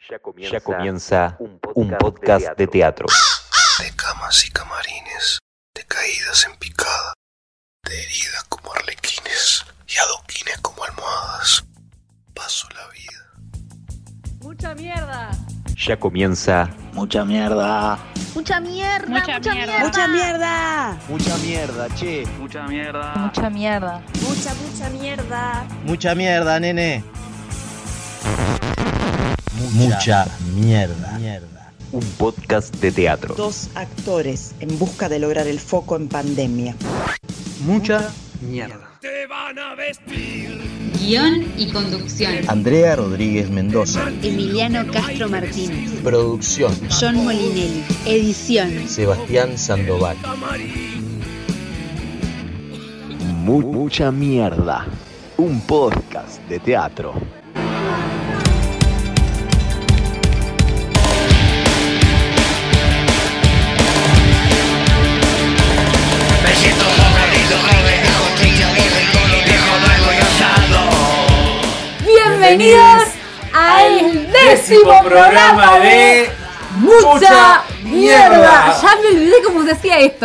Ya comienza un podcast de teatro. De camas y camarines, de caídas en picada, de heridas como arlequines y adoquines como almohadas. Paso la vida. Mucha mierda. Ya comienza Mucha mierda. Mucha mierda. Mucha mierda. Mucha mierda. Mucha mierda, che. Mucha mierda. Mucha mierda. Mucha mierda. Mucha mierda, nene. Mucha mierda. un podcast de teatro. Dos actores en busca de lograr el foco en pandemia. Mucha mierda. Guión y conducción: Andrea Rodríguez Mendoza. Emiliano Castro Martínez. Producción: John Molinelli. Edición: Sebastián Sandoval. Mucha mierda. Un podcast de teatro. Bienvenidos al 10º programa de Mucha Mierda. Ya me olvidé cómo se hacía esto,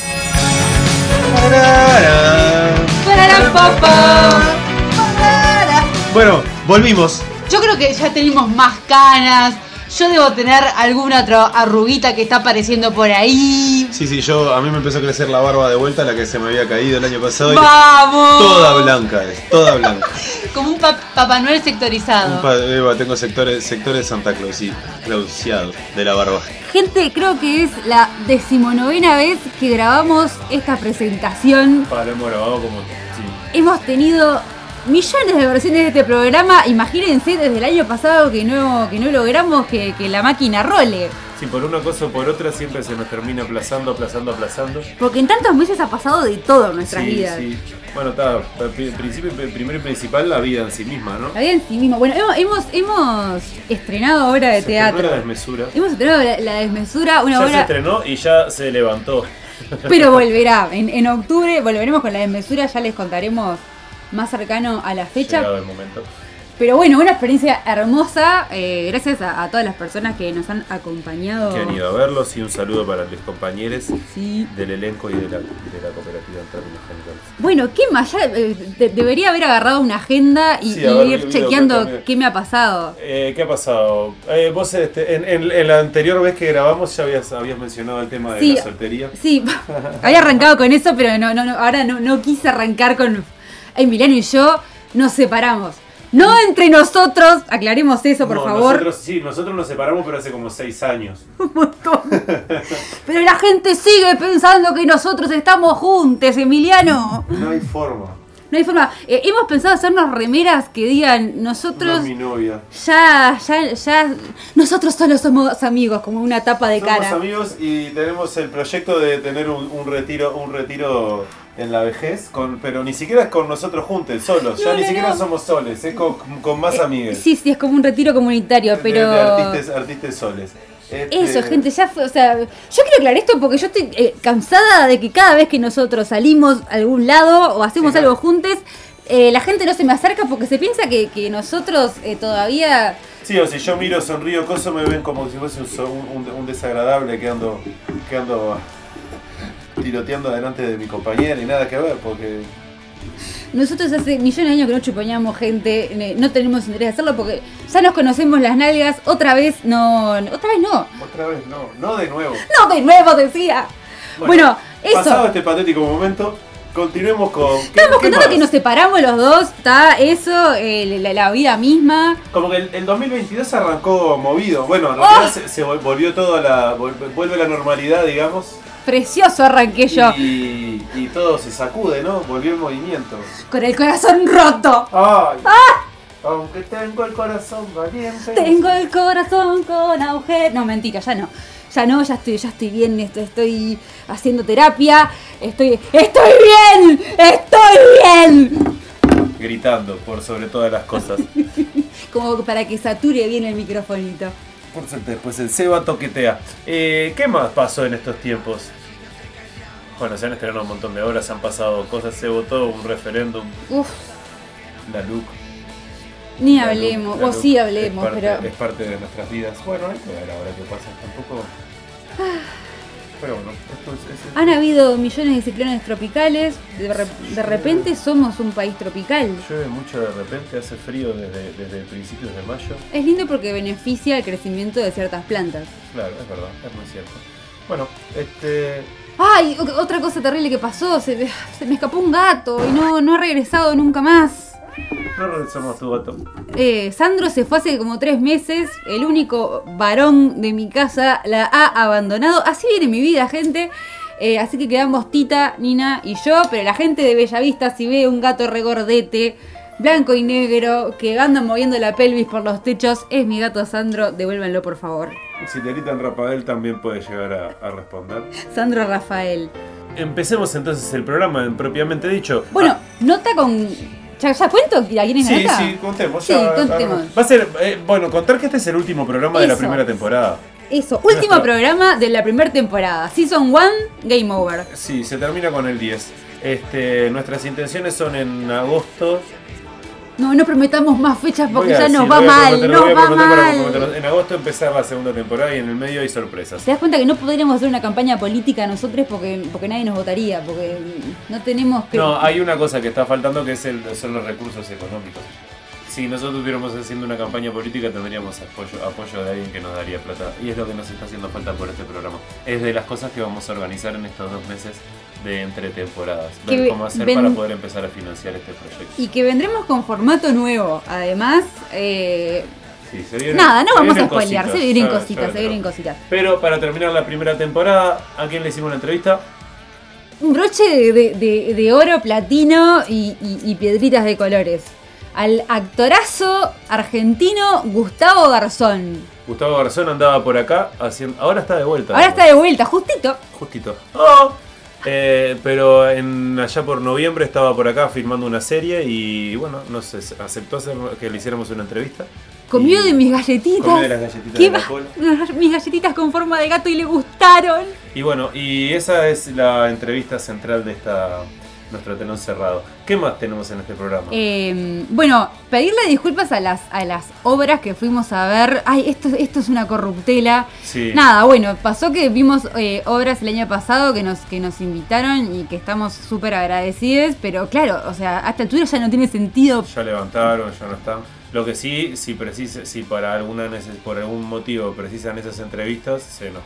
Bueno, volvimos. Yo creo que ya tenemos más canas. Yo debo tener alguna otra arruguita que está apareciendo por ahí. Sí, a mí me empezó a crecer la barba de vuelta, la que se me había caído el año pasado. ¡Vamos! Toda blanca, toda blanca. Como un Papá Noel sectorizado. Tengo sectores Santa Clausiados de la barba. Gente, creo que es la 19ª vez que grabamos esta presentación. Lo hemos grabado como... Sí. Hemos tenido millones de versiones de este programa. Imagínense desde el año pasado que no logramos que la máquina role. Sí, por una cosa o por otra siempre se nos termina aplazando. Porque en tantos meses ha pasado de todo en nuestras vidas. Sí. Bueno, está, primero y principal, la vida en sí misma, ¿no? La vida en sí misma. Bueno, hemos estrenado obra de teatro. La desmesura. Hemos estrenado la desmesura, una ya obra... se estrenó y ya se levantó. Pero volverá. En octubre volveremos con la desmesura, ya les contaremos más cercano a la fecha. Llegado el momento. Pero bueno, una experiencia hermosa, gracias a todas las personas que nos han acompañado. Que han ido a verlos, y un saludo para los compañeros sí. Del elenco y de la cooperativa en términos generales. Bueno, ¿qué más? Ya debería haber agarrado una agenda y ir chequeando qué me ha pasado. ¿Qué ha pasado? Vos en la anterior vez que grabamos ya habías mencionado el tema de la soltería. Sí, había arrancado con eso, pero ahora no quise arrancar con... Emiliano y yo nos separamos. No entre nosotros, aclaremos eso, por favor. Nosotros nos separamos, pero hace como 6 años. Un montón. Pero la gente sigue pensando que nosotros estamos juntos, Emiliano. No hay forma. No hay forma. Hemos pensado hacernos remeras que digan nosotros. No, mi novia. Ya. Nosotros solo somos amigos, como una tapa de cara. Somos amigos y tenemos el proyecto de tener un retiro en la vejez, pero ni siquiera es con nosotros juntos, solos. Ya ni siquiera somos soles, es con más amigos. Sí, es como un retiro comunitario, pero. De artistas soles. Eso, gente, ya fue, o sea, yo quiero aclarar esto porque yo estoy cansada de que cada vez que nosotros salimos a algún lado o hacemos algo juntos, la gente no se me acerca porque se piensa que nosotros todavía... Sí, o si yo miro, sonrío, coso, me ven como si fuese un desagradable que ando tiroteando delante de mi compañera y nada que ver, porque... Nosotros hace millones de años que no chuponeamos gente, no tenemos interés de hacerlo porque ya nos conocemos las nalgas, otra vez no. No de nuevo. No de nuevo, decía. Bueno, eso. Pasado este patético momento, continuemos con... Estamos contando que nos separamos los dos, está eso, la vida misma. Como que el 2022 arrancó movido, bueno, en realidad se volvió todo vuelve la normalidad, digamos. Precioso arranqué yo. Y todo se sacude, ¿no? Volvió el movimiento. Con el corazón roto. ¡Ay! Aunque tengo el corazón valiente. Tengo el corazón con agujeros. No, mentira, ya no. Ya estoy bien, estoy haciendo terapia. Estoy bien. Gritando por sobre todas las cosas. Como para que sature bien el microfonito. Por suerte, después el Seba toquetea. ¿Qué más pasó en estos tiempos? Bueno, se han estrenado un montón de obras, se han pasado cosas, se votó un referéndum. Uf. La LUC. Ni hablemos, o sí hablemos, pero... Es parte de nuestras vidas. Bueno, hay que ver ahora qué pasa. Tampoco... Pero bueno, esto es... Han habido millones de ciclones tropicales, de repente somos un país tropical. Llueve mucho de repente, hace frío desde principios de mayo. Es lindo porque beneficia el crecimiento de ciertas plantas. Claro, es verdad, es muy cierto. Bueno, ¡Ay! Otra cosa terrible que pasó, se me escapó un gato y no ha regresado nunca más. No regresamos tu gato. Sandro se fue hace como 3 meses, el único varón de mi casa la ha abandonado. Así viene mi vida, gente. Así que quedamos Tita, Nina y yo, pero la gente de Bellavista, si ve un gato regordete, blanco y negro, que anda moviendo la pelvis por los techos, es mi gato Sandro, devuélvanlo por favor. Si te gritan Rafael también puede llegar a responder. Sandro Rafael. Empecemos entonces el programa propiamente dicho. Bueno, nota con... ¿Ya cuento a quién es Sí, acá? sí, contemos. Sí, contemos. Va a ser, contar que este es el último programa de la primera temporada. Eso, último programa de la primera temporada. Season 1, Game Over. Sí, se termina con el 10. Nuestras intenciones son en agosto. No prometamos más fechas porque ya nos sí, va mal, nos va mal. En agosto empezar la segunda temporada y en el medio hay sorpresas. ¿Te das cuenta que no podríamos hacer una campaña política nosotros porque nadie nos votaría? Porque no tenemos que... No, hay una cosa que está faltando que son los recursos económicos. Si nosotros estuviéramos haciendo una campaña política tendríamos apoyo de alguien que nos daría plata. Y es lo que nos está haciendo falta por este programa. Es de las cosas que vamos a organizar en estos 2 meses de entre temporadas. Ver cómo hacer para poder empezar a financiar este proyecto. Y que vendremos con formato nuevo. Además, sí, no vamos a spoilear. Se vienen cositas. Pero para terminar la primera temporada, ¿a quién le hicimos la entrevista? Un broche de oro, platino y piedritas de colores. Al actorazo argentino Gustavo Garzón. Gustavo Garzón andaba por acá haciendo... Ahora está de vuelta. Justito. Oh. Pero allá por noviembre estaba por acá filmando una serie y bueno, aceptó que le hiciéramos una entrevista. Comió de mis galletitas. Comió de las galletitas de la cola. Mis galletitas con forma de gato y le gustaron. Y bueno, y esa es la entrevista central de nuestro telón cerrado. ¿Qué más tenemos en este programa? Bueno, pedirle disculpas a las obras que fuimos a ver. Ay, esto es una corruptela. Sí. Nada, bueno, pasó que vimos obras el año pasado que nos invitaron y que estamos súper agradecidos, pero claro, o sea, a esta altura ya no tiene sentido. Ya levantaron, ya no están. Lo que sí, si por algún motivo precisan esas entrevistas,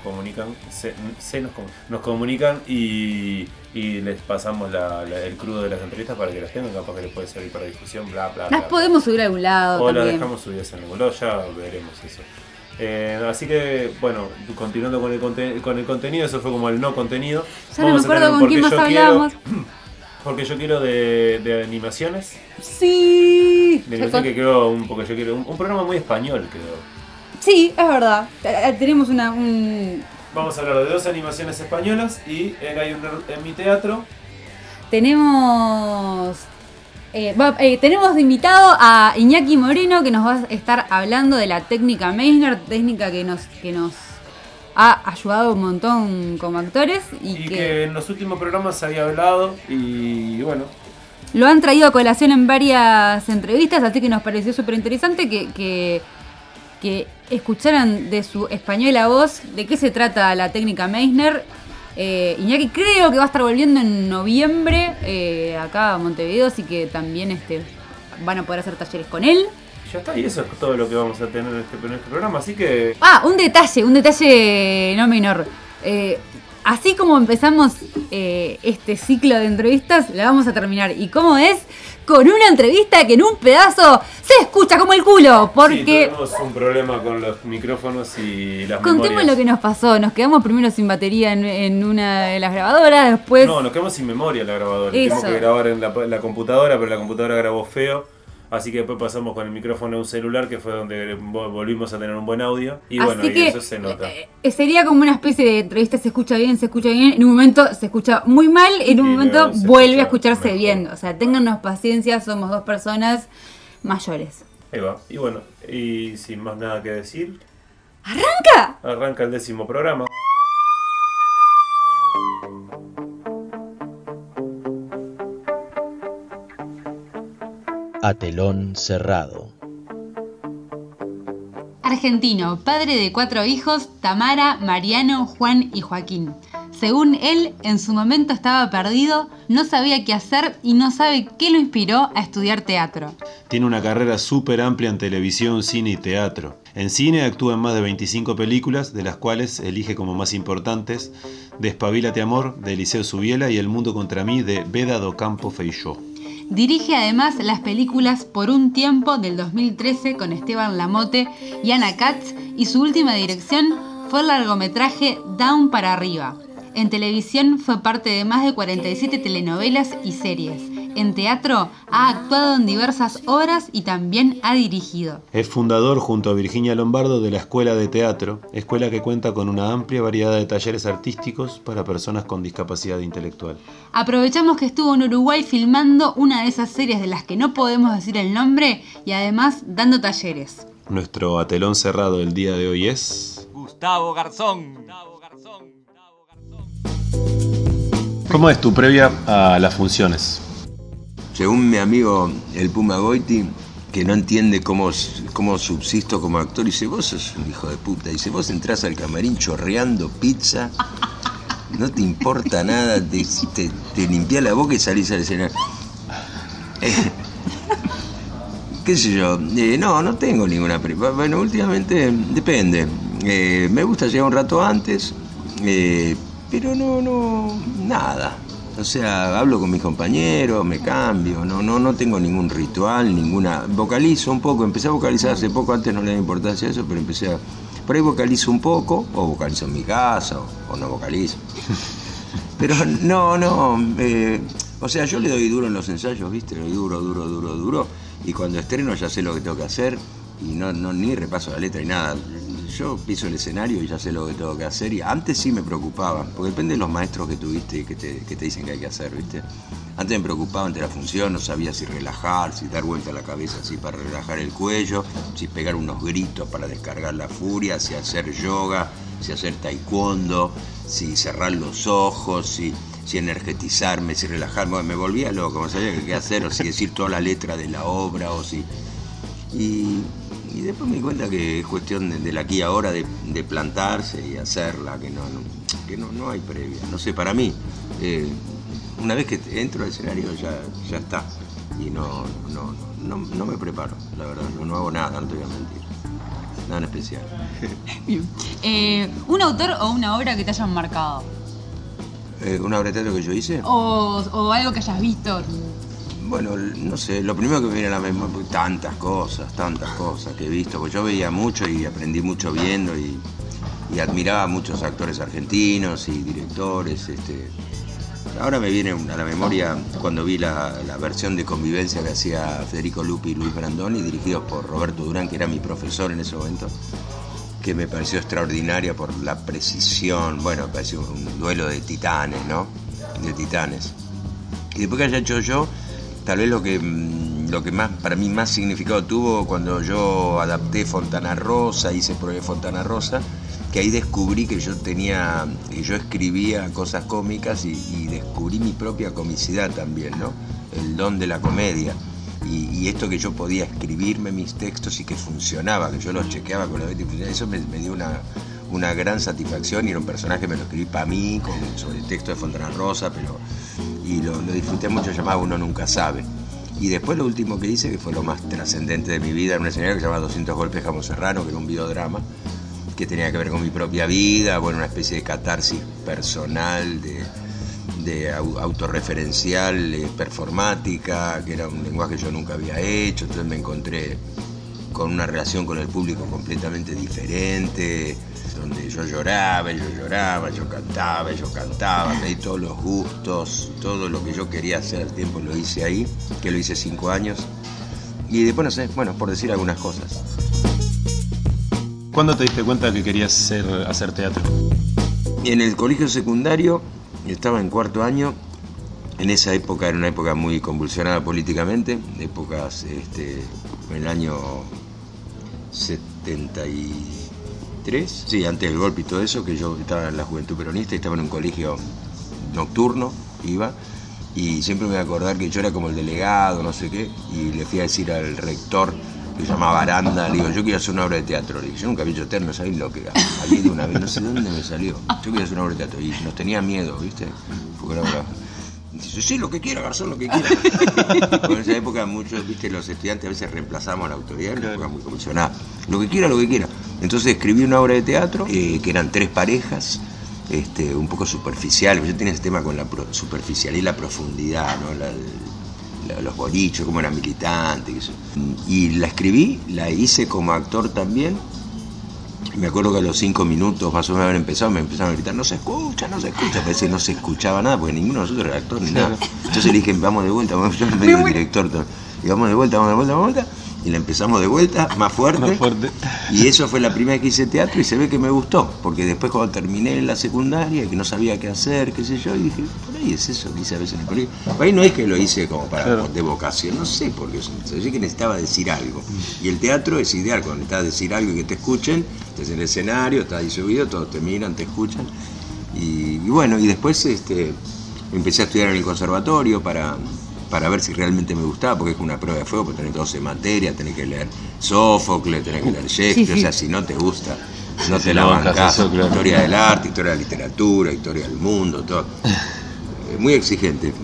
nos comunican y les pasamos el crudo de las entrevistas para que las tengan, capaz que les puede servir para discusión, bla. Las podemos subir a algún lado. O también. las dejamos subidas en algún lado, ya veremos eso. Así que, bueno, continuando con el contenido, eso fue como el no contenido. Ya no me acuerdo con quién más hablamos. Porque yo quiero de animaciones. Sí. De animación que quedó un programa muy español quedó. Sí, es verdad. Tenemos Vamos a hablar de 2 animaciones españolas y en mi teatro. Tenemos de invitado a Iñaki Moreno que nos va a estar hablando de la técnica Meissner, técnica que nos ha ayudado un montón como actores y que en los últimos programas se había hablado y bueno. Lo han traído a colación en varias entrevistas, así que nos pareció súper interesante que escucharan de su española voz de qué se trata la técnica Meissner. Iñaki creo que va a estar volviendo en noviembre acá a Montevideo, así que también van a poder hacer talleres con él. Ya está, y eso es todo lo que vamos a tener en este programa, así que... un detalle no menor. Así como empezamos este ciclo de entrevistas, la vamos a terminar. ¿Y cómo es? Con una entrevista que en un pedazo se escucha como el culo, porque... Sí, tenemos un problema con los micrófonos y las Contemos memorias. lo que nos pasó. Nos quedamos primero sin batería en una de las grabadoras, después... No, nos quedamos sin memoria en la grabadora. Eso. Tuvimos que grabar en la computadora, pero la computadora grabó feo. Así que después pasamos con el micrófono a un celular, que fue donde volvimos a tener un buen audio. Y así bueno, que, y eso se nota. Sería como una especie de entrevista, se escucha bien. En un momento se escucha muy mal, en un momento vuelve a escucharse mejor. Bien. O sea, téngannos paciencia, somos 2 personas mayores. Ahí va. Y bueno, y sin más nada que decir... ¡Arranca! Arranca el 10º programa. A telón cerrado. argentino, padre de 4 hijos, Tamara, Mariano, Juan y Joaquín. Según él, en su momento estaba perdido, no sabía qué hacer y no sabe qué lo inspiró a estudiar teatro. Tiene una carrera súper amplia en televisión, cine y teatro. En cine actúa en más de 25 películas, de las cuales elige como más importantes Despabilate Amor, de Eliseo Subiela, y El mundo contra mí, de Beda do Campo Feijó. Dirige además las películas Por un tiempo, del 2013, con Esteban Lamote y Ana Katz, y su última dirección fue el largometraje Down para arriba. En televisión fue parte de más de 47 telenovelas y series. En teatro ha actuado en diversas obras y también ha dirigido. Es fundador junto a Virginia Lombardo de la Escuela de Teatro, escuela que cuenta con una amplia variedad de talleres artísticos para personas con discapacidad intelectual. Aprovechamos que estuvo en Uruguay filmando una de esas series de las que no podemos decir el nombre y además dando talleres. Nuestro atelón cerrado el día de hoy es... Gustavo Garzón. ¿Cómo es tu previa a las funciones? Según mi amigo el Puma Goiti, que no entiende cómo subsisto como actor, dice, vos sos un hijo de puta. Dice, vos entrás al camarín chorreando pizza, no te importa nada, te limpiás la boca y salís al escenario. ¿Qué sé yo? No tengo ninguna previa. Bueno, últimamente depende. Me gusta llegar un rato antes, pero nada. O sea, hablo con mis compañeros, me cambio, no tengo ningún ritual, vocalizo un poco, empecé a vocalizar hace poco, antes no le daba importancia a eso, pero por ahí vocalizo un poco, o vocalizo en mi casa, o no vocalizo. Pero o sea, yo le doy duro en los ensayos, ¿viste? Le doy duro, y cuando estreno ya sé lo que tengo que hacer, y ni repaso la letra ni nada. Yo piso el escenario y ya sé lo que tengo que hacer, y antes sí me preocupaba, porque depende de los maestros que tuviste y que te dicen que hay que hacer, ¿viste? Antes me preocupaba ante la función, no sabía si relajar, si dar vuelta la cabeza así para relajar el cuello, si pegar unos gritos para descargar la furia, si hacer yoga, si hacer taekwondo, si cerrar los ojos, si energetizarme, si relajarme. Me volvía loco, no sabía qué hacer, o si decir toda la letra de la obra, o si... Y después me di cuenta que es cuestión del aquí y ahora de plantarse y hacerla, que no hay previa. No sé, para mí, una vez que entro al escenario ya está. Y no me preparo, la verdad, no hago nada, no te voy a mentir. Nada en especial. Bien. ¿Un autor o una obra que te hayan marcado? ¿Una obra de teatro que yo hice? O algo que hayas visto. Bueno, no sé, lo primero que me viene a la memoria, tantas cosas que he visto, porque yo veía mucho y aprendí mucho viendo y admiraba a muchos actores argentinos y directores. Ahora me viene a la memoria cuando vi la versión de Convivencia que hacía Federico Lupi y Luis Brandoni, dirigidos por Roberto Durán, que era mi profesor en ese momento, que me pareció extraordinaria por la precisión. Bueno, me pareció un duelo de titanes, ¿no? De titanes. Y después que haya hecho yo, tal vez lo que más para mí más significado tuvo cuando yo adapté Fontana Rosa, hice Prueba de Fontana Rosa, que ahí descubrí que yo escribía cosas cómicas y descubrí mi propia comicidad también, ¿no? El don de la comedia. Y esto que yo podía escribirme mis textos y que funcionaba, que yo los chequeaba con la letra y funcionaba, eso me dio una gran satisfacción, y era un personaje que me lo escribí para mí, sobre el texto de Fontana Rosa, y lo disfruté mucho, llamaba Uno Nunca Sabe. Y después lo último que hice, que fue lo más trascendente de mi vida, era un escenario que se llamaba 200 golpes Jamón Serrano, que era un videodrama que tenía que ver con mi propia vida, bueno, una especie de catarsis personal, de autorreferencial, performática, que era un lenguaje que yo nunca había hecho. Entonces me encontré con una relación con el público completamente diferente, donde yo lloraba, yo cantaba, me di todos los gustos, todo lo que yo quería hacer al tiempo lo hice ahí, que lo hice 5 años, y después no sé, bueno, por decir algunas cosas. ¿Cuándo te diste cuenta que querías hacer teatro? En el colegio secundario, estaba en 4º año. En esa época era una época muy convulsionada políticamente, épocas, en el año 73, sí, antes del golpe y todo eso, que yo estaba en la Juventud Peronista y estaba en un colegio nocturno, iba, y siempre me voy a acordar que yo era como el delegado, no sé qué, y le fui a decir al rector que se llamaba Aranda. Le digo, yo quiero hacer una obra de teatro. Le dije, yo nunca había hecho teatro, no sabía lo que era. Salí de una vez, no sé dónde me salió. Yo quería hacer una obra de teatro y nos tenía miedo, ¿viste? Porque era bravo. Dice, sí, lo que quiera, garzón, lo que quiera. En esa época muchos, viste, los estudiantes a veces reemplazamos a la autoridad, en una época muy comisionada. Lo que quiera, lo que quiera. Entonces escribí una obra de teatro, que eran 3 parejas, un poco superficial. Yo tenía ese tema con la superficialidad y la profundidad, ¿no? Los bolichos, cómo era militante. Y la escribí, la hice como actor también. Me acuerdo que a los 5 minutos más o menos de haber empezado me empezaron a gritar, no se escucha, parece que no se escuchaba nada porque ninguno de nosotros era actor ni nada. Entonces le dije, vamos de vuelta, yo me medio el director, y vamos de vuelta, y la empezamos de vuelta, más fuerte. Y eso fue la primera vez que hice teatro y se ve que me gustó, porque después cuando terminé en la secundaria, que no sabía qué hacer, qué sé yo, y dije, por ahí es eso que hice a veces en el colegio. Por ahí no es que lo hice como para de vocación, no sé, porque yo que necesitaba decir algo. Y el teatro es ideal, cuando necesitas decir algo y que te escuchen, estás en el escenario, estás ahí subido, todos te miran, te escuchan. Y bueno, y después empecé a estudiar en el conservatorio para ver si realmente me gustaba, porque es una prueba de fuego, porque tenés 12 materias, tenés que leer Sófocles, tenés que leer Shakespeare, o sea, si no te gusta, no te la bancás. Historia del arte, historia de la literatura, historia del mundo, todo. Muy exigente.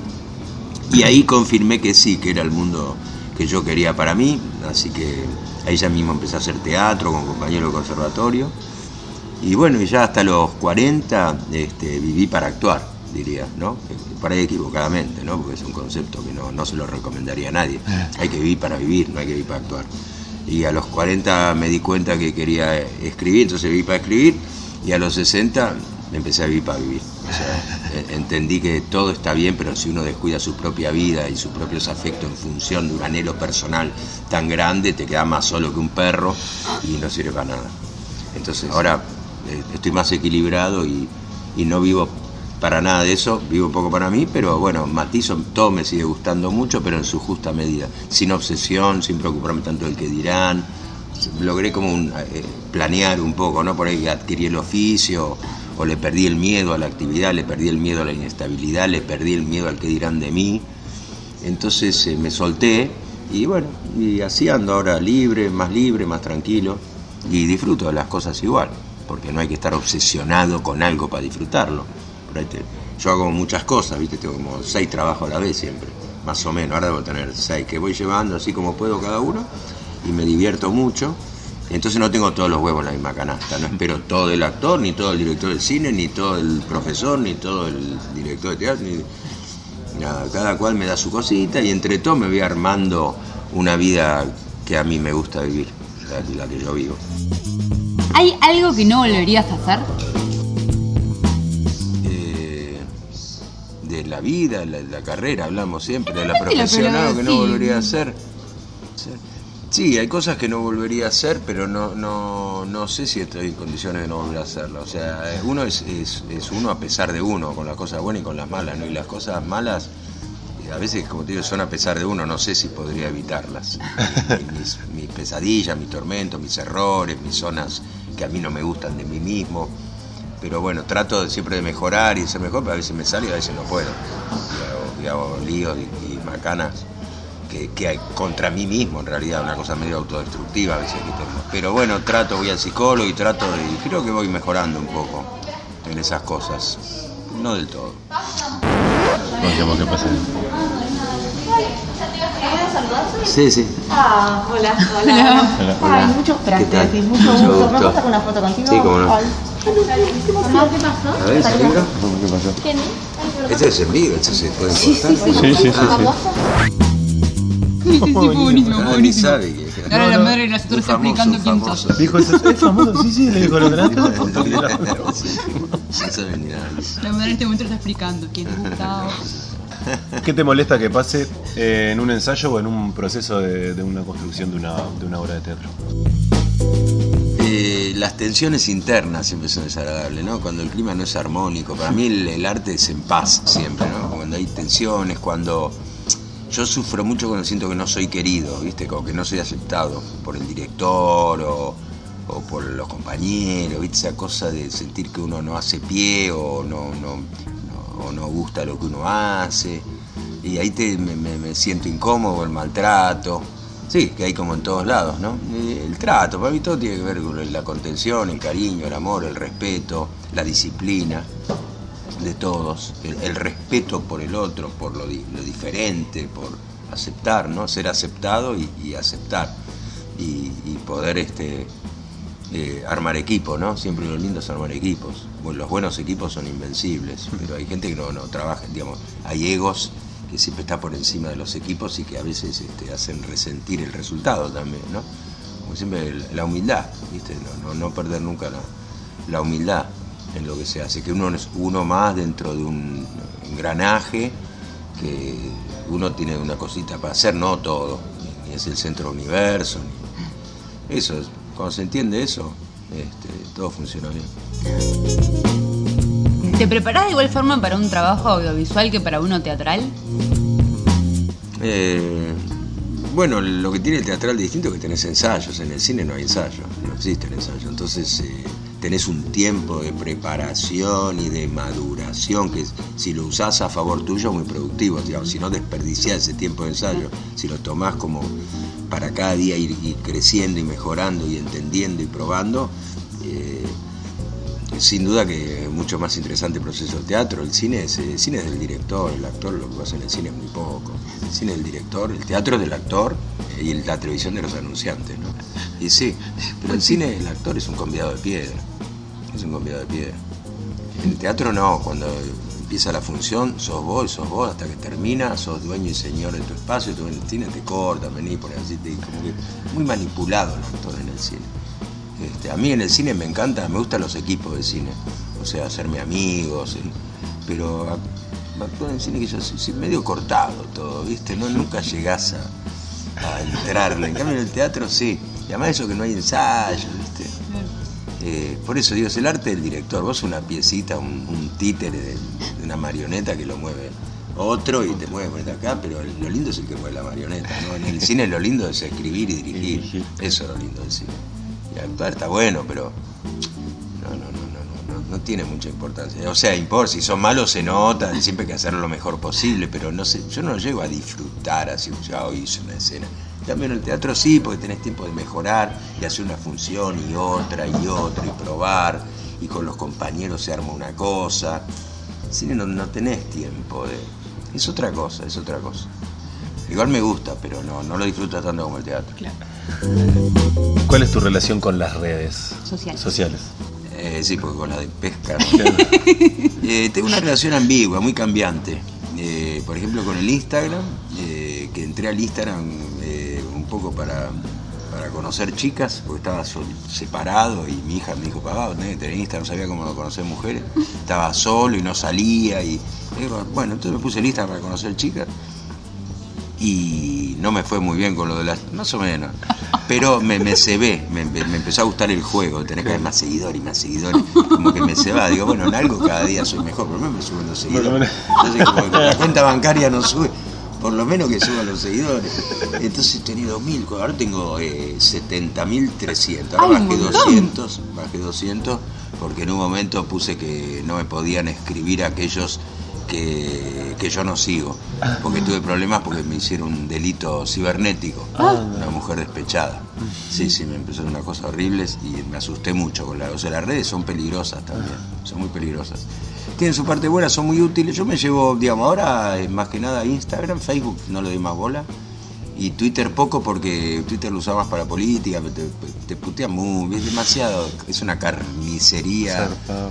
Y ahí confirmé que sí, que era el mundo que yo quería para mí, así que ahí ya mismo empecé a hacer teatro con compañeros de conservatorio. Y bueno, y ya hasta los 40 viví para actuar, diría, ¿no? Por ahí equivocadamente, ¿no? Porque es un concepto que no se lo recomendaría a nadie. Hay que vivir para vivir, no hay que vivir para actuar. Y a los 40 me di cuenta que quería escribir, entonces viví para escribir, y a los 60 empecé a vivir para vivir. O sea, entendí que todo está bien, pero si uno descuida su propia vida y sus propios afectos en función de un anhelo personal tan grande, te quedas más solo que un perro y no sirve para nada. Entonces ahora estoy más equilibrado y no vivo para nada de eso, vivo un poco para mí, pero bueno, matizo, todo me sigue gustando mucho, pero en su justa medida, sin obsesión, sin preocuparme tanto del que dirán. Logré como planear un poco, ¿no? Por ahí adquirí el oficio, o le perdí el miedo a la actividad, le perdí el miedo a la inestabilidad, le perdí el miedo al que dirán de mí. Entonces me solté y bueno, y así ando ahora libre, más tranquilo, y disfruto de las cosas igual, porque no hay que estar obsesionado con algo para disfrutarlo. Yo hago muchas cosas, ¿viste? Tengo como 6 trabajos a la vez siempre, más o menos. Ahora debo tener 6 que voy llevando así como puedo cada uno y me divierto mucho. Entonces no tengo todos los huevos en la misma canasta. No espero todo el actor, ni todo el director del cine, ni todo el profesor, ni todo el director de teatro, ni nada. Cada cual me da su cosita y entre todo me voy armando una vida que a mí me gusta vivir, la que yo vivo. ¿Hay algo que no volverías a hacer? De la vida, la carrera, hablamos siempre, de la profesión, algo que no volvería a hacer. Sí, hay cosas que no volvería a hacer, pero no sé si estoy en condiciones de no volver a hacerlo. O sea, uno es uno a pesar de uno, con las cosas buenas y con las malas, ¿no? Y las cosas malas, a veces, como te digo, son a pesar de uno, no sé si podría evitarlas. Mis pesadillas, mis tormentos, mis errores, mis zonas que a mí no me gustan de mí mismo. Pero bueno, trato siempre de mejorar y de ser mejor, pero a veces me sale y a veces no puedo. Y hago líos y macanas que hay contra mí mismo, en realidad, una cosa medio autodestructiva a veces que tengo. Pero bueno, voy al psicólogo y creo que voy mejorando un poco en esas cosas. No del todo. No sé qué pasa. ¿Puedes saludarse? Sí. Hola. Hola. Mucho gracias. ¿Qué tal? Mucho gusto. ¿Me puedo sacar una foto contigo? Sí, cómo no. ¿Qué pasó? A ver, ¿ese libro? ¿Qué pasó? ¿Qué? Este es el libro, este se puede cortar. Sí. Buenísimo. Sabe que... Ahora la madre de nosotros está explicando quién sos. Dijo, ¿es famoso? Sí, le dijo lo delante. No sabe ni nada. La madre en este momento está explicando quién es Gustavo. ¿Qué te molesta que pase en un ensayo o en un proceso de una construcción de una obra de teatro? Las tensiones internas siempre son desagradables, ¿no? Cuando el clima no es armónico. Para mí el arte es en paz siempre, ¿no? Cuando hay tensiones, cuando... Yo sufro mucho cuando siento que no soy querido, ¿viste? Como que no soy aceptado por el director o por los compañeros, ¿viste? Esa cosa de sentir que uno no hace pie o no gusta lo que uno hace. Y ahí me siento incómodo, el maltrato. Sí, que hay como en todos lados, ¿no? El trato, para mí todo tiene que ver con la contención, el cariño, el amor, el respeto, la disciplina de todos, el respeto por el otro, por lo diferente, por aceptar, ¿no? Ser aceptado y aceptar y poder armar equipo, ¿no? Siempre lo lindo es armar equipos. Bueno, los buenos equipos son invencibles, pero hay gente que no trabaja, digamos, hay egos que siempre está por encima de los equipos y que a veces hacen resentir el resultado también, ¿no? Como siempre la humildad, ¿viste? No perder nunca la humildad en lo que se hace, que uno es uno más dentro de un engranaje, que uno tiene una cosita para hacer, no todo, ni es el centro del universo, eso, cuando se entiende eso, todo funciona bien. ¿Te preparás de igual forma para un trabajo audiovisual que para uno teatral? Bueno, lo que tiene el teatral distinto es que tenés ensayos. En el cine no hay ensayo, no existe el ensayo. Entonces tenés un tiempo de preparación y de maduración que si lo usás a favor tuyo es muy productivo. Digamos, si no desperdiciás ese tiempo de ensayo, si lo tomás como para cada día ir creciendo y mejorando y entendiendo y probando, sin duda que es mucho más interesante el proceso del teatro. El cine es del director, el actor lo que pasa en el cine es muy poco. El cine es del director, el teatro es del actor y la televisión de los anunciantes, ¿no? Y sí, pero el cine, el actor es un convidado de piedra, En el teatro no, cuando empieza la función sos vos hasta que termina, sos dueño y señor de tu espacio, tú en el cine te cortan, venís, pones así, como que muy manipulado el actor en el cine. A mí en el cine me gustan los equipos de cine, o sea, hacerme amigos, pero actuar en el cine que yo soy medio cortado todo, ¿viste? Nunca llegás a entrarle. En cambio en el teatro sí, y además eso que no hay ensayo, ¿viste? Por eso digo, es el arte del director. Vos una piecita, un títere de una marioneta que lo mueve otro y te mueve ponete acá, pero lo lindo es el que mueve la marioneta, ¿no? En el cine lo lindo es escribir y dirigir, eso es lo lindo del cine. Y actuar está bueno, pero no tiene mucha importancia. O sea, importa, si son malos se nota, siempre hay que hacerlo lo mejor posible, pero no sé, yo no llego a disfrutar así, ya hoy hice una escena. También en el teatro sí, porque tenés tiempo de mejorar y hacer una función y otra y probar, y con los compañeros se arma una cosa. En cine no tenés tiempo es otra cosa. Igual me gusta, pero no lo disfruto tanto como el teatro. Claro. ¿Cuál es tu relación con las redes sociales? Sí, porque con la de pesca. Tengo una relación ambigua, muy cambiante. Por ejemplo, con el Instagram, que entré al Instagram un poco para conocer chicas, porque estaba separado y mi hija me dijo, papá, tenés que tener Instagram, no sabía cómo conocer mujeres. Estaba solo y no salía. Bueno, entonces me puse el Instagram para conocer chicas. Y no me fue muy bien con lo de las... Más o menos. Pero me cebé, me empezó a gustar el juego, tenés cada vez más seguidores, como que me cebaba. Digo, bueno, en algo cada día soy mejor, por lo menos me suben los seguidores. Entonces, como que la cuenta bancaria no sube, por lo menos que suban los seguidores. Entonces tenía 2.000, ahora tengo 70.300. Ahora bajé 200, porque en un momento puse que no me podían escribir aquellos que yo no sigo, porque tuve problemas porque me hicieron un delito cibernético, una mujer despechada. Sí, me empezó una cosa horribles y me asusté mucho con las redes son peligrosas también, son muy peligrosas. Tienen su parte buena, son muy útiles. Yo me llevo, digamos, ahora más que nada Instagram, Facebook no le doy más bola. Y Twitter poco porque Twitter lo usaba más para política, te putean muy, es demasiado, es una carnicería,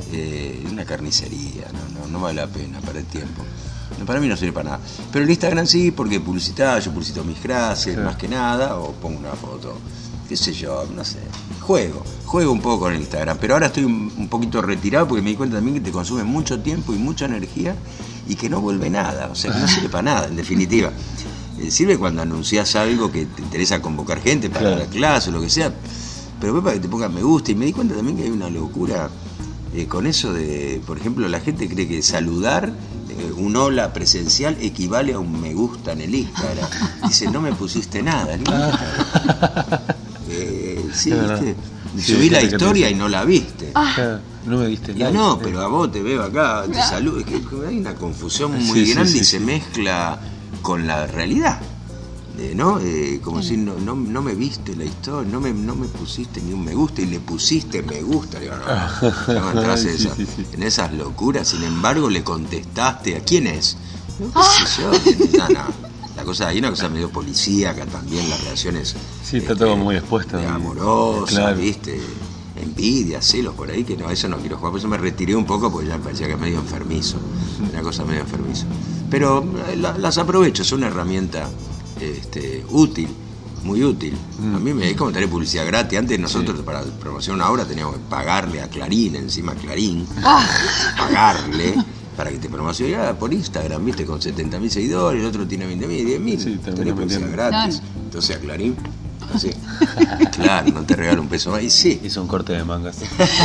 no vale la pena para el tiempo. Para mí no sirve para nada. Pero el Instagram sí, porque yo publicito mis frases, más que nada, o pongo una foto, qué sé yo, no sé. Juego un poco con el Instagram, pero ahora estoy un poquito retirado porque me di cuenta también que te consume mucho tiempo y mucha energía y que no vuelve nada, o sea, que no sirve para nada, en definitiva. Sirve cuando anunciás algo que te interesa convocar gente para la clase o lo que sea, pero después para que te pongan me gusta. Y me di cuenta también que hay una locura con eso de, por ejemplo, la gente cree que saludar un hola presencial equivale a un me gusta en el Instagram. Dice, no me pusiste nada en Instagram. Sí, viste, subí la historia y no la viste. No me viste nada. No, pero a vos te veo acá, te saludo. Es que hay una confusión muy grande y se mezcla con la realidad. ¿no? Como si no me viste la historia, no me pusiste ni un me gusta y le pusiste me gusta. Digo, no entras en esas locuras, sin embargo le contestaste a quién es. No, qué sé yo, no. La cosa, hay una cosa medio policíaca también, las relaciones. Sí, está todo muy expuesto. Amorosas, claro. ¿viste? Envidia, celos por ahí, que no, eso no quiero jugar. Por eso me retiré un poco porque ya me parecía que es medio enfermizo. Una cosa medio enfermizo. Pero las aprovecho, es una herramienta útil, muy útil. A mí me es como tener publicidad gratis. Antes nosotros para promocionar una obra teníamos que pagarle a Clarín, encima Clarín, pagarle para que te promocionara por Instagram, viste, con 70.000 seguidores, el otro tiene 20.000, 10.000, tenés publicidad gratis. Entonces a Clarín, así, claro, no te regalo un peso más, y sí. Hizo un corte de mangas.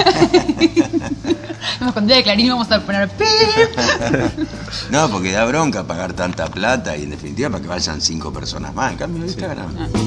Cuando de Clarín vamos a poner No, porque da bronca pagar tanta plata y en definitiva para que vayan 5 personas más. En cambio, Instagram.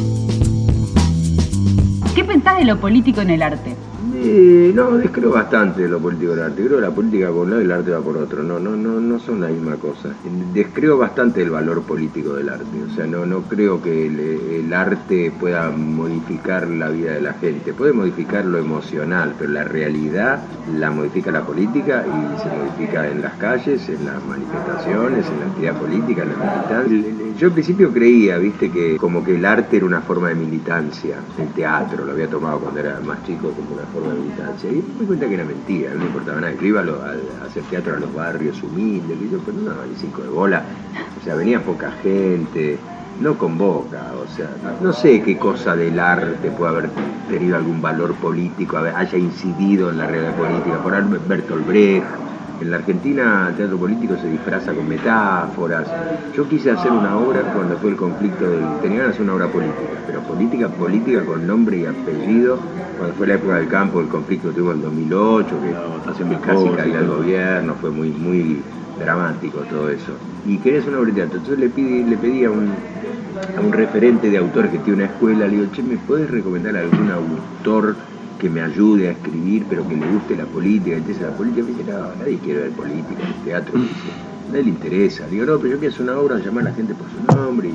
¿Qué pensás de lo político en el arte? No, descreo bastante de lo político del arte. Creo que la política por un lado y el arte va por otro. No son la misma cosa. Descreo bastante el valor político del arte. O sea, no creo que el arte pueda modificar la vida de la gente. Puede modificar lo emocional, pero la realidad la modifica la política y se modifica en las calles, en las manifestaciones, en la actividad política, en la militancia. Yo al principio creía, viste, que como que el arte era una forma de militancia. El teatro lo había tomado cuando era más chico como una forma de militancia. Y me di cuenta que era mentira, no me importaba nada. Yo iba a hacer teatro a los barrios humildes, y yo, pero no, ni 5 de bola. O sea, venía poca gente, no convoca, o sea, no sé qué cosa del arte puede haber tenido algún valor político, haya incidido en la realidad política. Por ejemplo, Bertolt Brecht. En la Argentina el teatro político se disfraza con metáforas. Yo quise hacer una obra cuando fue el conflicto tenía ganas de hacer una obra política, pero política con nombre y apellido, cuando fue la época del campo, el conflicto que tuvo en 2008, que casi caía el gobierno, fue muy dramático todo eso. Y quería hacer una obra de teatro, entonces le pedí a un referente de autores que tiene una escuela, le digo, che, ¿me puedes recomendar algún autor que me ayude a escribir, pero que le guste la política? Entonces la política me dice, no, nadie quiere ver política en el teatro, nadie le interesa. Digo, no, pero yo quiero hacer una obra, llamar a la gente por su nombre,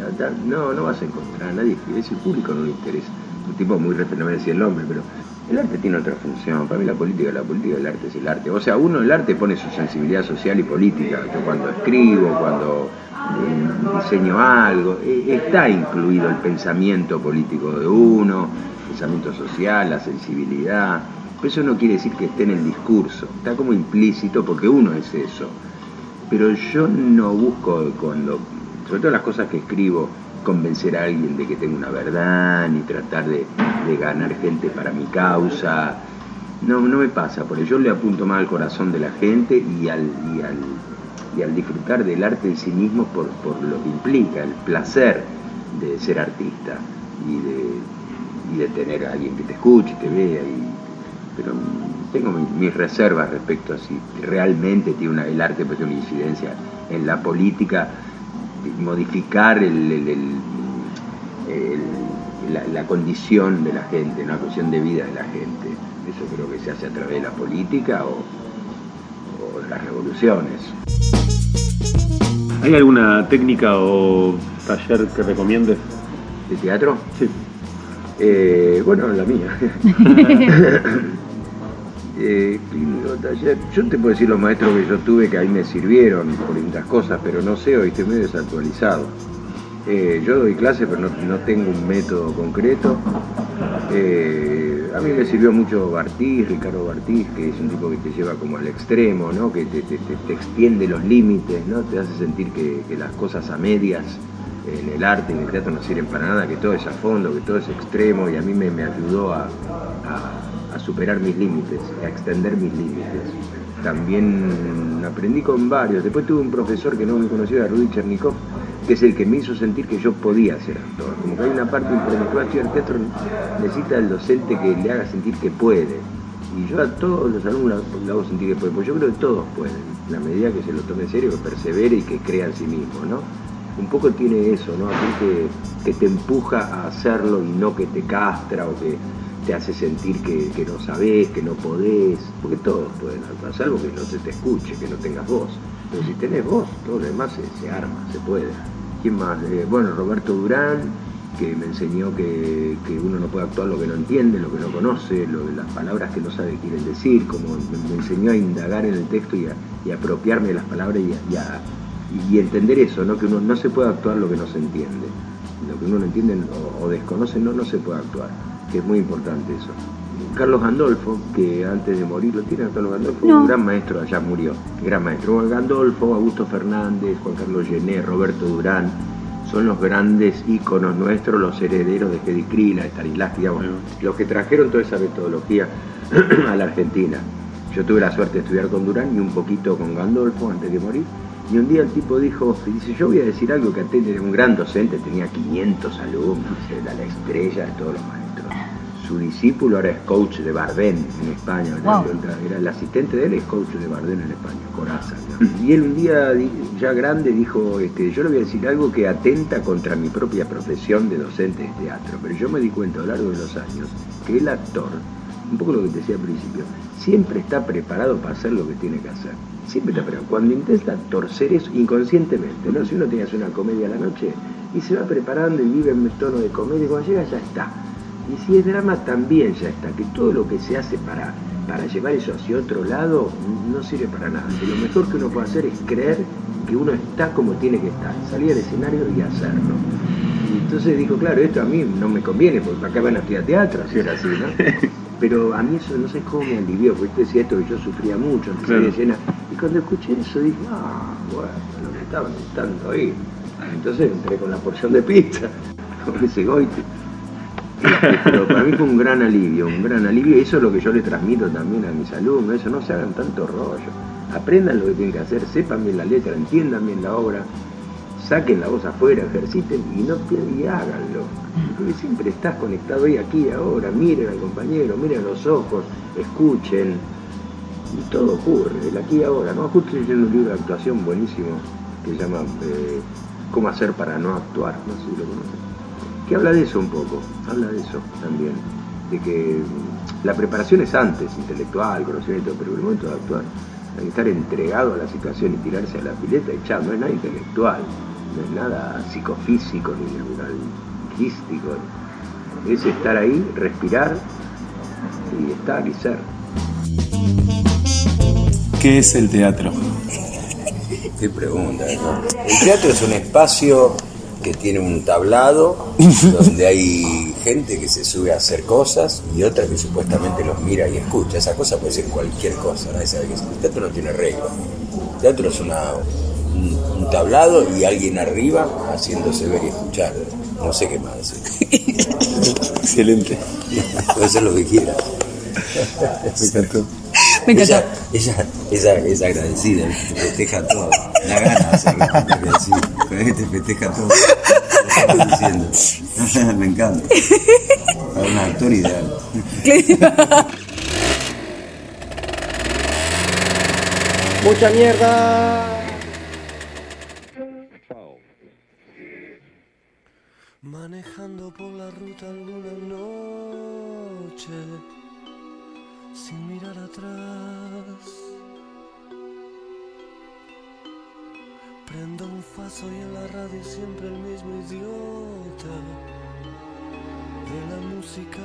no vas a encontrar a nadie, ese público no le interesa. Un tipo muy referente, no me decía el nombre, pero el arte tiene otra función. Para mí la política, el arte es el arte. O sea, uno el arte pone su sensibilidad social y política. Yo cuando escribo, cuando diseño algo, está incluido el pensamiento político de uno, pensamiento social, la sensibilidad, pero eso no quiere decir que esté en el discurso, está como implícito porque uno es eso. Pero yo no busco, sobre todo las cosas que escribo, convencer a alguien de que tengo una verdad, ni tratar de ganar gente para mi causa. No me pasa, porque yo le apunto más al corazón de la gente y al disfrutar del arte en sí mismo por lo que implica, el placer de ser artista y de tener a alguien que te escuche, te vea, pero tengo mis reservas respecto a si realmente tiene el arte puede tener una incidencia en la política, modificar la condición de la gente, la condición de vida de la gente. Eso creo que se hace a través de la política o las revoluciones. ¿Hay alguna técnica o taller que recomiendes? ¿De teatro? Sí. Bueno, la mía. Taller. Yo te puedo decir los maestros que yo tuve que ahí me sirvieron por distintas cosas, pero no sé, hoy estoy medio desactualizado. Yo doy clases, pero no tengo un método concreto. A mí me sirvió mucho Ricardo Bartiz, que es un tipo que te lleva como al extremo, ¿no? Que te extiende los límites, ¿no? Te hace sentir que las cosas a medias en el arte, en el teatro no sirven para nada, que todo es a fondo, que todo es extremo, y a mí me ayudó a superar mis límites, a extender mis límites. También aprendí con varios. Después tuve un profesor que no me conocía, era Rudy Chernikov, que es el que me hizo sentir que yo podía ser actor. Como que hay una parte intelectual, el teatro necesita al docente que le haga sentir que puede. Y yo a todos los alumnos le hago sentir que puede, porque yo creo que todos pueden, en la medida que se lo tome en serio, que persevere y que crea en sí mismo, ¿no? Un poco tiene eso, ¿no? Aquel que te empuja a hacerlo y no que te castra o que te hace sentir que no sabés, que no podés, porque todos pueden, salvo que no se te escuche, que no tengas voz. Pero si tenés voz, todo lo demás se arma, se puede. ¿Quién más? Bueno, Roberto Durán, que me enseñó que uno no puede actuar lo que no entiende, lo que no conoce, las palabras que no sabe qué quieren decir, como me enseñó a indagar en el texto y a apropiarme de las palabras y entender eso, ¿no? Que uno no se puede actuar lo que no se entiende. Lo que uno no entiende o desconoce no se puede actuar, que es muy importante eso. Carlos Gandolfo, que antes de morir, ¿lo tiene Carlos Gandolfo? No. Un gran maestro, allá murió, gran maestro. Juan Gandolfo, Augusto Fernández, Juan Carlos Gené, Roberto Durán, son los grandes íconos nuestros, los herederos de Hedy Krila, de Stanislavski, digamos, los que trajeron toda esa metodología a la Argentina. Yo tuve la suerte de estudiar con Durán y un poquito con Gandolfo antes de morir. Y un día el tipo dice, yo voy a decir algo que era un gran docente, tenía 500 alumnos, era la estrella de todos los maestros. Su discípulo ahora es coach de Bardem en España, era el asistente de él, es coach de Bardem en España, Corazza, ¿no? Y él un día, ya grande, dijo, yo le voy a decir algo que atenta contra mi propia profesión de docente de teatro, pero yo me di cuenta a lo largo de los años que el actor, un poco lo que te decía al principio, siempre está preparado para hacer lo que tiene que hacer. Siempre está preparado. Cuando intenta torcer eso inconscientemente, ¿no? Si uno tiene que hacer una comedia a la noche y se va preparando y vive en tono de comedia, cuando llega ya está. Y si es drama también ya está, que todo lo que se hace para llevar eso hacia otro lado no sirve para nada. Que lo mejor que uno puede hacer es creer que uno está como tiene que estar, salir al escenario y hacerlo. Y entonces dijo, claro, esto a mí no me conviene, porque acá van a estudiar teatro, así era así, ¿no? Pero a mí eso no sé cómo me alivió, porque usted decía esto que yo sufría mucho, claro. Llena. Y cuando escuché eso dije, bueno, lo que estaban necesitando ahí. Entonces entré con la porción de pizza, con ese goite. Pero para mí fue un gran alivio, y eso es lo que yo le transmito también a mis alumnos, eso, no se hagan tanto rollo, aprendan lo que tienen que hacer, sepan bien la letra, entiendan bien la obra, saquen la voz afuera, ejerciten y háganlo, porque siempre estás conectado ahí, aquí, ahora, miren al compañero, miren los ojos, escuchen, y todo ocurre, el aquí y ahora, ¿no? Justo estoy leyendo un libro de actuación buenísimo que se llama ¿Cómo hacer para no actuar? No sé si lo conocen. Que habla de eso un poco, habla de eso también, de que la preparación es antes, intelectual, conocimiento, pero en el momento de actuar, hay que estar entregado a la situación y tirarse a la pileta y ya, no es nada intelectual, no es nada psicofísico ni neuralgístico, es estar ahí, respirar y estar y ser. ¿Qué es el teatro? Qué pregunta, ¿no? El teatro es un espacio que tiene un tablado donde hay gente que se sube a hacer cosas y otra que supuestamente los mira y escucha. Esa cosa puede ser cualquier cosa, nadie sabe qué es. El teatro no tiene regla. El teatro es un tablado y alguien arriba haciéndose ver y escuchar. No sé qué más decir. Excelente. Puede ser lo que quieras. Me encantó. Me encantó. Ella es agradecida, te festeja todo. La gana de ser agradecida, pero te festeja todo. Diciendo. Me encanta. Es un actor ideal. ¡Mucha mierda! Manejando por la ruta alguna noche, sin mirar atrás, prendo un faso y en la radio siempre el mismo idiota de la música.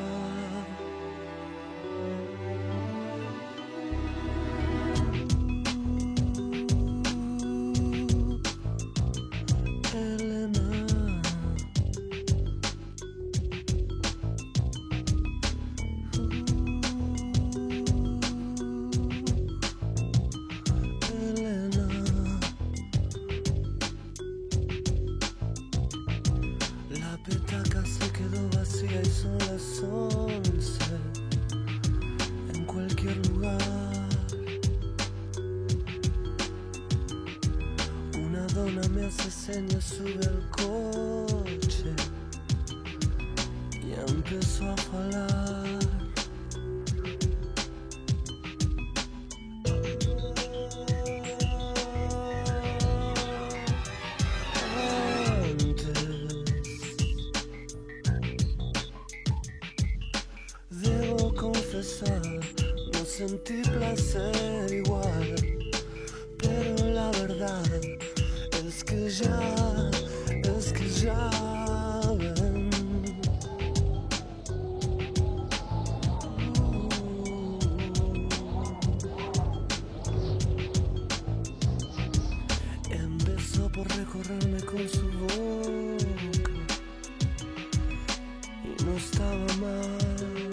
Sube al coche y empezó a falar. Antes debo confesar, no sentí placer igual, pero la verdad es que ya es que ya ven. Empezó por recorrerme con su boca y no estaba mal,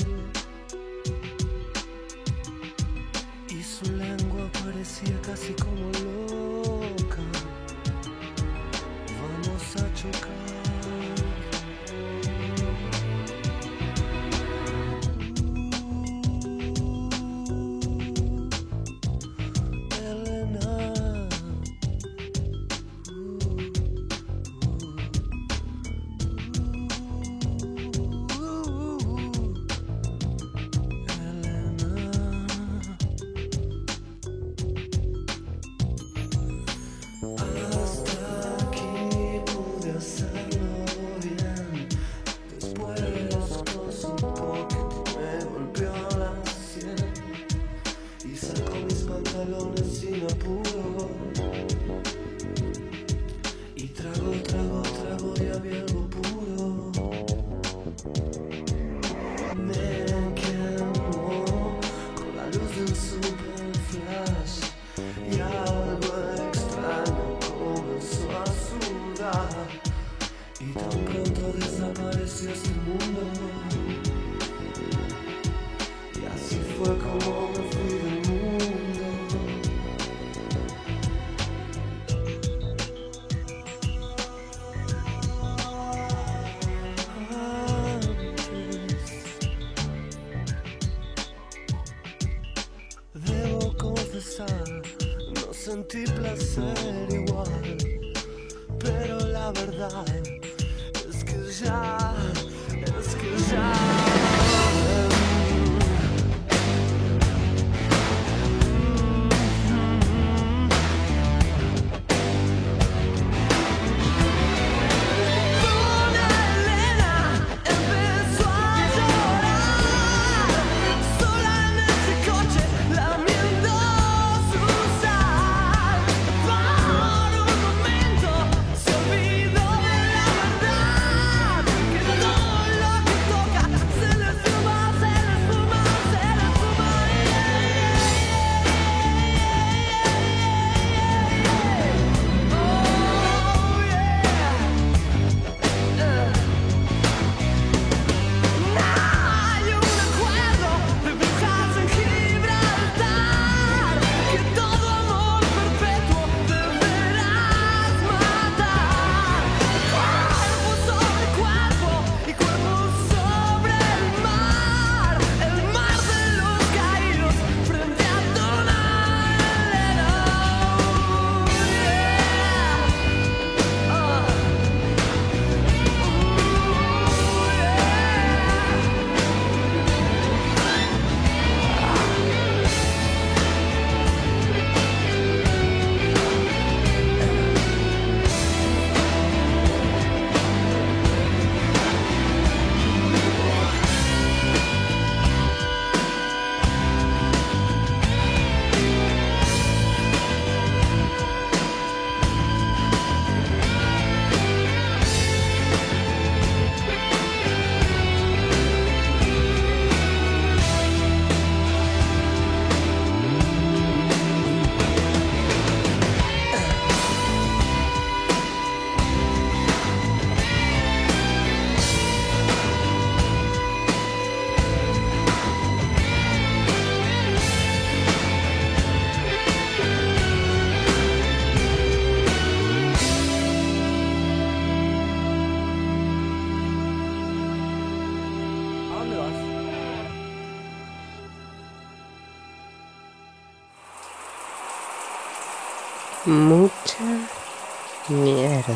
y su lengua parecía casi como loca. Vamos a chocar. No sentí placer igual, pero la verdad es que ya. Mucha mierda.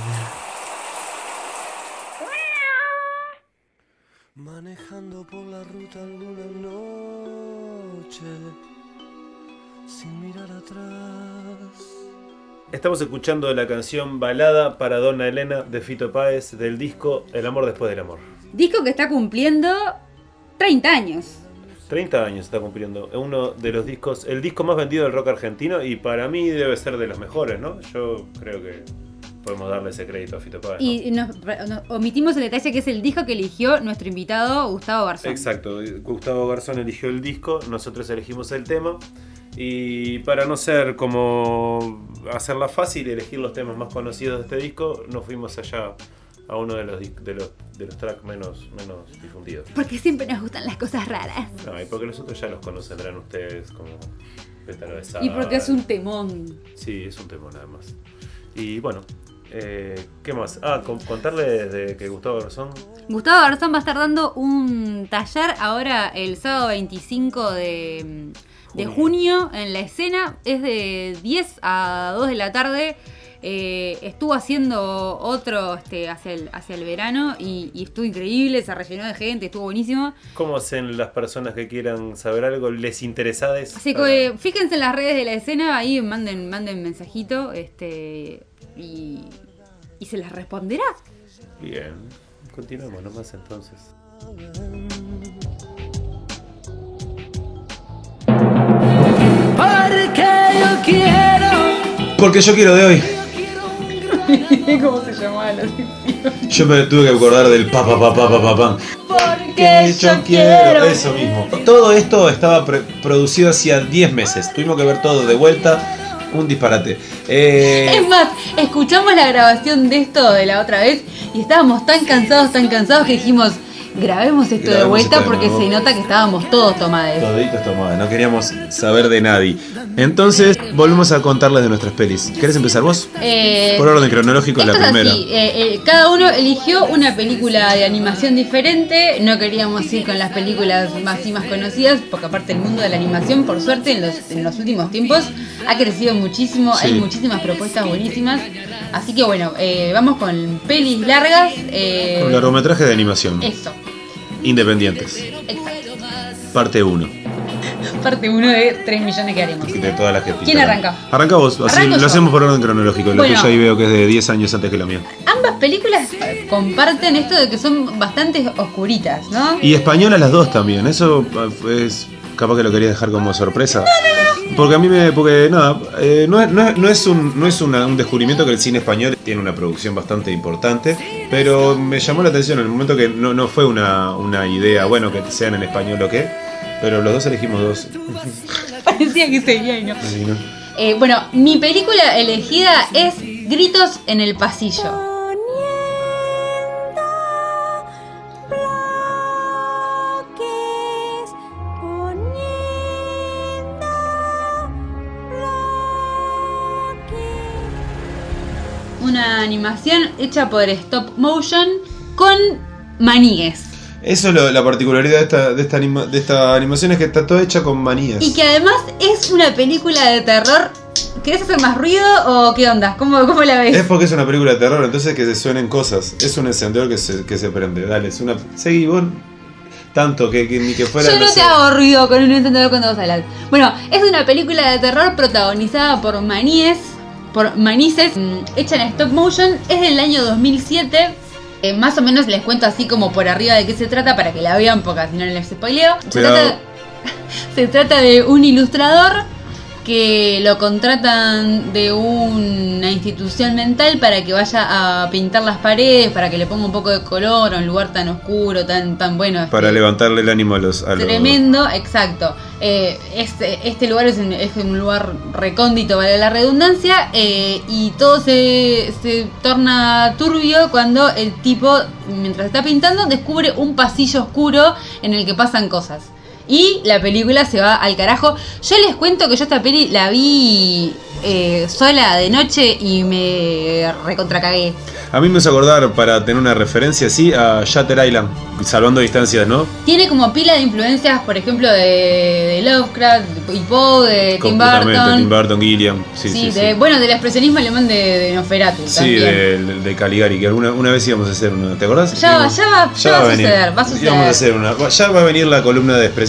Manejando por la ruta alguna noche, sin mirar atrás. Estamos escuchando la canción Balada para Donna Elena de Fito Páez del disco El amor después del amor. Disco que está cumpliendo 30 años. 30 años está cumpliendo. Es uno de los discos, el disco más vendido del rock argentino y para mí debe ser de los mejores, ¿no? Yo creo que Podemos darle ese crédito a Fito Páez. Y nos omitimos el detalle que es el disco que eligió nuestro invitado Gustavo Garzón. Exacto, Gustavo Garzón eligió el disco, nosotros elegimos el tema. Y para no ser como hacerla fácil y elegir los temas más conocidos de este disco, nos fuimos allá a uno de los tracks menos difundidos. Porque siempre nos gustan las cosas raras. No, y porque los otros ya los conocerán ustedes como Pétalo de Sal. Y porque es un temón. Sí, es un temón además. Y bueno, ¿qué más? Contarles de que Gustavo Garzón va a estar dando un taller ahora el sábado 25 de junio en La Escena. Es de 10 a 2 de la tarde. Estuvo haciendo otro hacia el verano y estuvo increíble, se rellenó de gente, estuvo buenísimo. ¿Cómo hacen las personas que quieran saber algo, les interesades? Así que fíjense en las redes de La Escena, ahí manden mensajito y se les responderá. Bien, continuemos nomás entonces. Porque yo quiero de hoy. ¿Cómo se llamaba la sección? Yo me tuve que acordar del pa. Porque yo quiero. Eso mismo. Todo esto estaba producido hacía 10 meses. Tuvimos que ver todo de vuelta. Un disparate. Es más, escuchamos la grabación de esto de la otra vez y estábamos tan cansados que dijimos, grabemos esto de vuelta porque se nota que estábamos todos tomados. Toditos tomados, no queríamos saber de nadie. Entonces, volvemos a contarles de nuestras pelis. ¿Querés empezar vos? Por orden cronológico, la primera. Así, cada uno eligió una película de animación diferente. No queríamos ir con las películas más conocidas, porque aparte el mundo de la animación, por suerte, en los últimos tiempos ha crecido muchísimo. Sí. Hay muchísimas propuestas buenísimas. Así que bueno, vamos con pelis largas. Con largometraje de animación. Eso. Independientes. Exacto. Parte 1. Parte 1 de 3 millones que haremos. De todas las que ¿Quién arranca? Arranca vos, así lo hacemos por orden cronológico. Lo que yo ahí veo que es de 10 años antes que la mía. Ambas películas comparten esto de que son bastante oscuritas, ¿no? Y españolas las dos también. Eso es capaz que lo quería dejar como sorpresa. No. Porque a mí no es un descubrimiento que el cine español tiene una producción bastante importante, pero me llamó la atención en el momento que no fue una idea, bueno, que sean en español o qué. Pero los dos elegimos dos. Parecía que sería y no. Bueno, mi película elegida es Gritos en el Pasillo. Una animación hecha por stop motion con maníes. Eso es la particularidad de esta animación, es que está toda hecha con manías. Y que además es una película de terror. ¿Querés hacer más ruido o qué onda? ¿Cómo la ves? Es porque es una película de terror, entonces que se suenen cosas. Es un encendedor que se prende. Dale, seguí vos. Tanto que ni que fuera. Yo no te hago ruido con un encendedor cuando vas a hablar. Bueno, es una película de terror protagonizada por manices, hecha en stop motion. Es del año 2007. Más o menos les cuento así como por arriba de qué se trata para que la vean, porque si no les spoileo. Se trata de un ilustrador que lo contratan de una institución mental para que vaya a pintar las paredes, para que le ponga un poco de color a un lugar tan oscuro, tan bueno. Para levantarle el ánimo a los... Tremendo, exacto. Este lugar es un lugar recóndito, vale la redundancia, y todo se torna turbio cuando el tipo, mientras está pintando, descubre un pasillo oscuro en el que pasan cosas. Y la película se va al carajo. Yo les cuento que yo esta peli la vi sola de noche y me recontracagué. A mí me hace acordar, para tener una referencia así, a Shutter Island, salvando distancias, ¿no? Tiene como pila de influencias, por ejemplo, de Lovecraft y Poe, de Tim Burton. Tim Burton, Gilliam. Sí. Bueno, del expresionismo alemán de Nosferatu. Sí, de Caligari, que una vez íbamos a hacer una, ¿te acordás? Ya va a suceder. Íbamos a hacer una. Ya va a venir la columna de expresionismo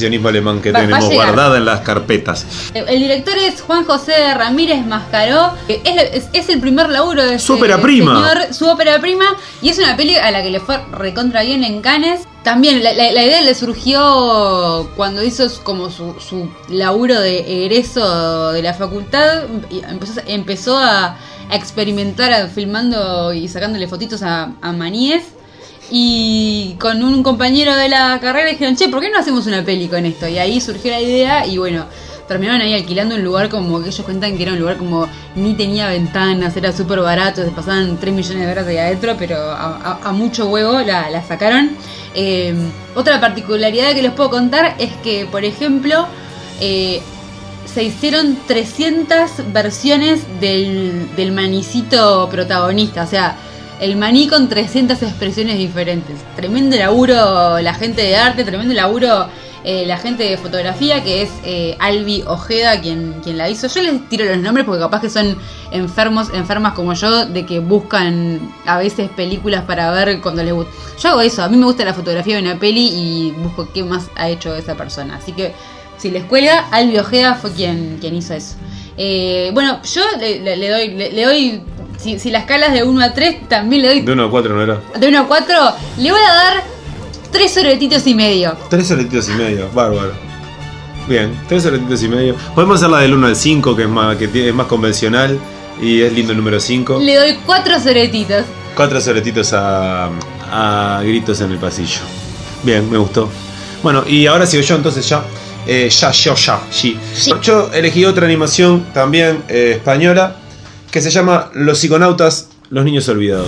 expresionismo alemán que Va a tenemos llegar. guardada en las carpetas. El director es Juan José Ramírez Mascaró. Es el primer laburo de Su ópera prima. señor, su ópera prima. Y es una peli a la que le fue recontra bien en Cannes. También la idea le surgió cuando hizo como su laburo de egreso de la facultad. Y empezó a experimentar filmando y sacándole fotitos a maníes. Y con un compañero de la carrera dijeron, che, ¿por qué no hacemos una peli con esto? Y ahí surgió la idea y bueno, terminaron ahí alquilando un lugar como que ellos cuentan que era un lugar como ni tenía ventanas, era súper barato, se pasaban 3 millones de dólares ahí adentro, pero a mucho huevo la sacaron. Otra particularidad que les puedo contar es que, por ejemplo, se hicieron 300 versiones del manicito protagonista, o sea, el maní con 300 expresiones diferentes. Tremendo laburo la gente de arte, tremendo laburo la gente de fotografía, que es Albi Ojeda quien la hizo. Yo les tiro los nombres porque capaz que son enfermas como yo, de que buscan a veces películas para ver cuando les gusta. Yo hago eso, a mí me gusta la fotografía de una peli y busco qué más ha hecho esa persona. Así que si les cuelga, Albi Ojeda fue quien hizo eso. Bueno, yo le doy si la escala es de 1 a 3, también le doy... De 1 a 4 no era. De 1 a 4, le voy a dar 3 soletitos y medio. 3 soletitos y medio, bárbaro. Bien, 3 soletitos y medio. Podemos hacer la del 1 al 5, que es más convencional y es lindo el número 5. Le doy 4 soletitos. 4 soletitos a gritos en el pasillo. Bien, me gustó. Bueno, y ahora sigo yo, entonces ya. Sí. Yo elegí otra animación también española que se llama Los psiconautas, los niños olvidados.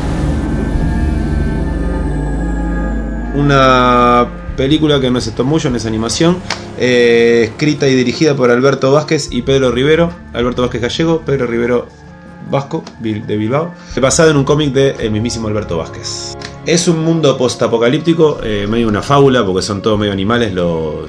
Una película que no es stop motion, es animación, escrita y dirigida por Alberto Vázquez y Pedro Rivero. Alberto Vázquez gallego, Pedro Rivero vasco, de Bilbao, basado en un cómic del mismísimo Alberto Vázquez. Es un mundo postapocalíptico, medio una fábula, porque son todos medio animales los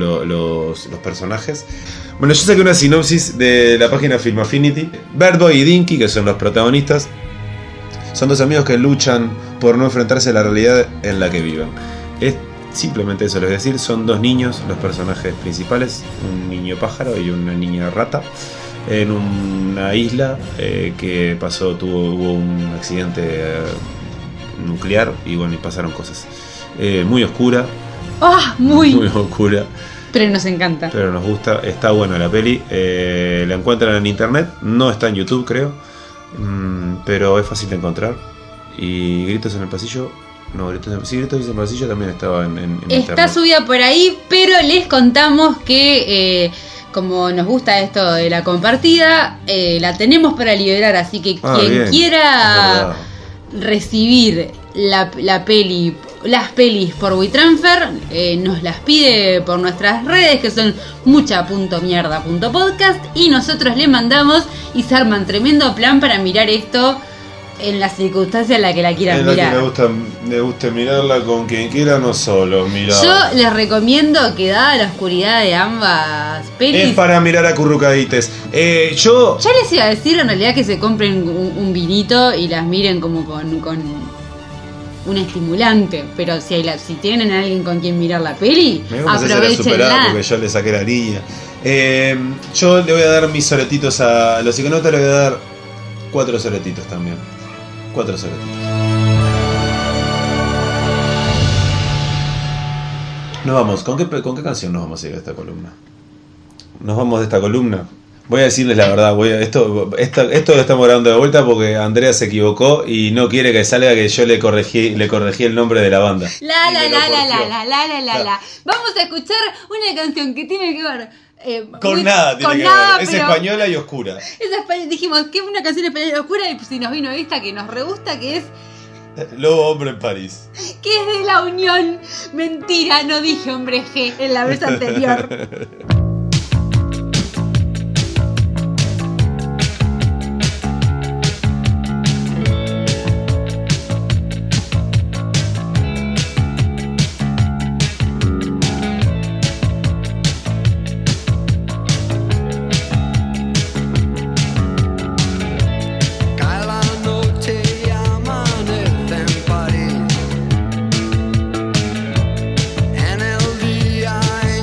personajes. Bueno, yo saqué una sinopsis de la página Film Affinity. Bird Boy y Dinky, que son los protagonistas, son dos amigos que luchan por no enfrentarse a la realidad en la que viven. Es simplemente eso, es decir, son dos niños los personajes principales, un niño pájaro y una niña rata, en una isla que hubo un accidente nuclear y bueno, y pasaron cosas. Muy oscura. Muy oscura. Pero nos encanta. Pero nos gusta, está buena la peli. La encuentran en internet, no está en YouTube creo, pero es fácil de encontrar. Y Gritos en el Pasillo, no, Gritos en el Pasillo también estaba en está internet. Subida por ahí, pero les contamos que como nos gusta esto de la compartida, la tenemos para liberar, así que quien quiera recibir las pelis por WeTransfer, nos las pide por nuestras redes, que son mucha.mierda.podcast, y nosotros le mandamos y se arman tremendo plan para mirar esto en la circunstancia en la que la quieran mirar. Que me gusta mirarla con quien quiera, no solo mirar. Yo les recomiendo que, dada la oscuridad de ambas pelis, es para mirar acurrucadites. Ya les iba a decir en realidad que se compren un vinito y las miren como con un estimulante, pero si tienen a alguien con quien mirar la peli, aprovechenla. Porque yo le saqué la niña. Yo le voy a dar mis soletitos a los psiconautas, le voy a dar 4 soletitos también. 4 soletitos. Nos vamos. ¿Con qué canción nos vamos a ir a esta columna? Nos vamos de esta columna. Voy a decirles la verdad. Esto lo estamos grabando de vuelta porque Andrea se equivocó y no quiere que salga que yo le corregí el nombre de la banda. La. Vamos a escuchar una canción que tiene que ver con nada tiene que ver. Es española y oscura. Dijimos que es una canción española y oscura, y si nos vino esta que nos re gusta, que es Lobo Hombre en París, que es de La Unión. Mentira, no dije Hombre G en la vez anterior. En el día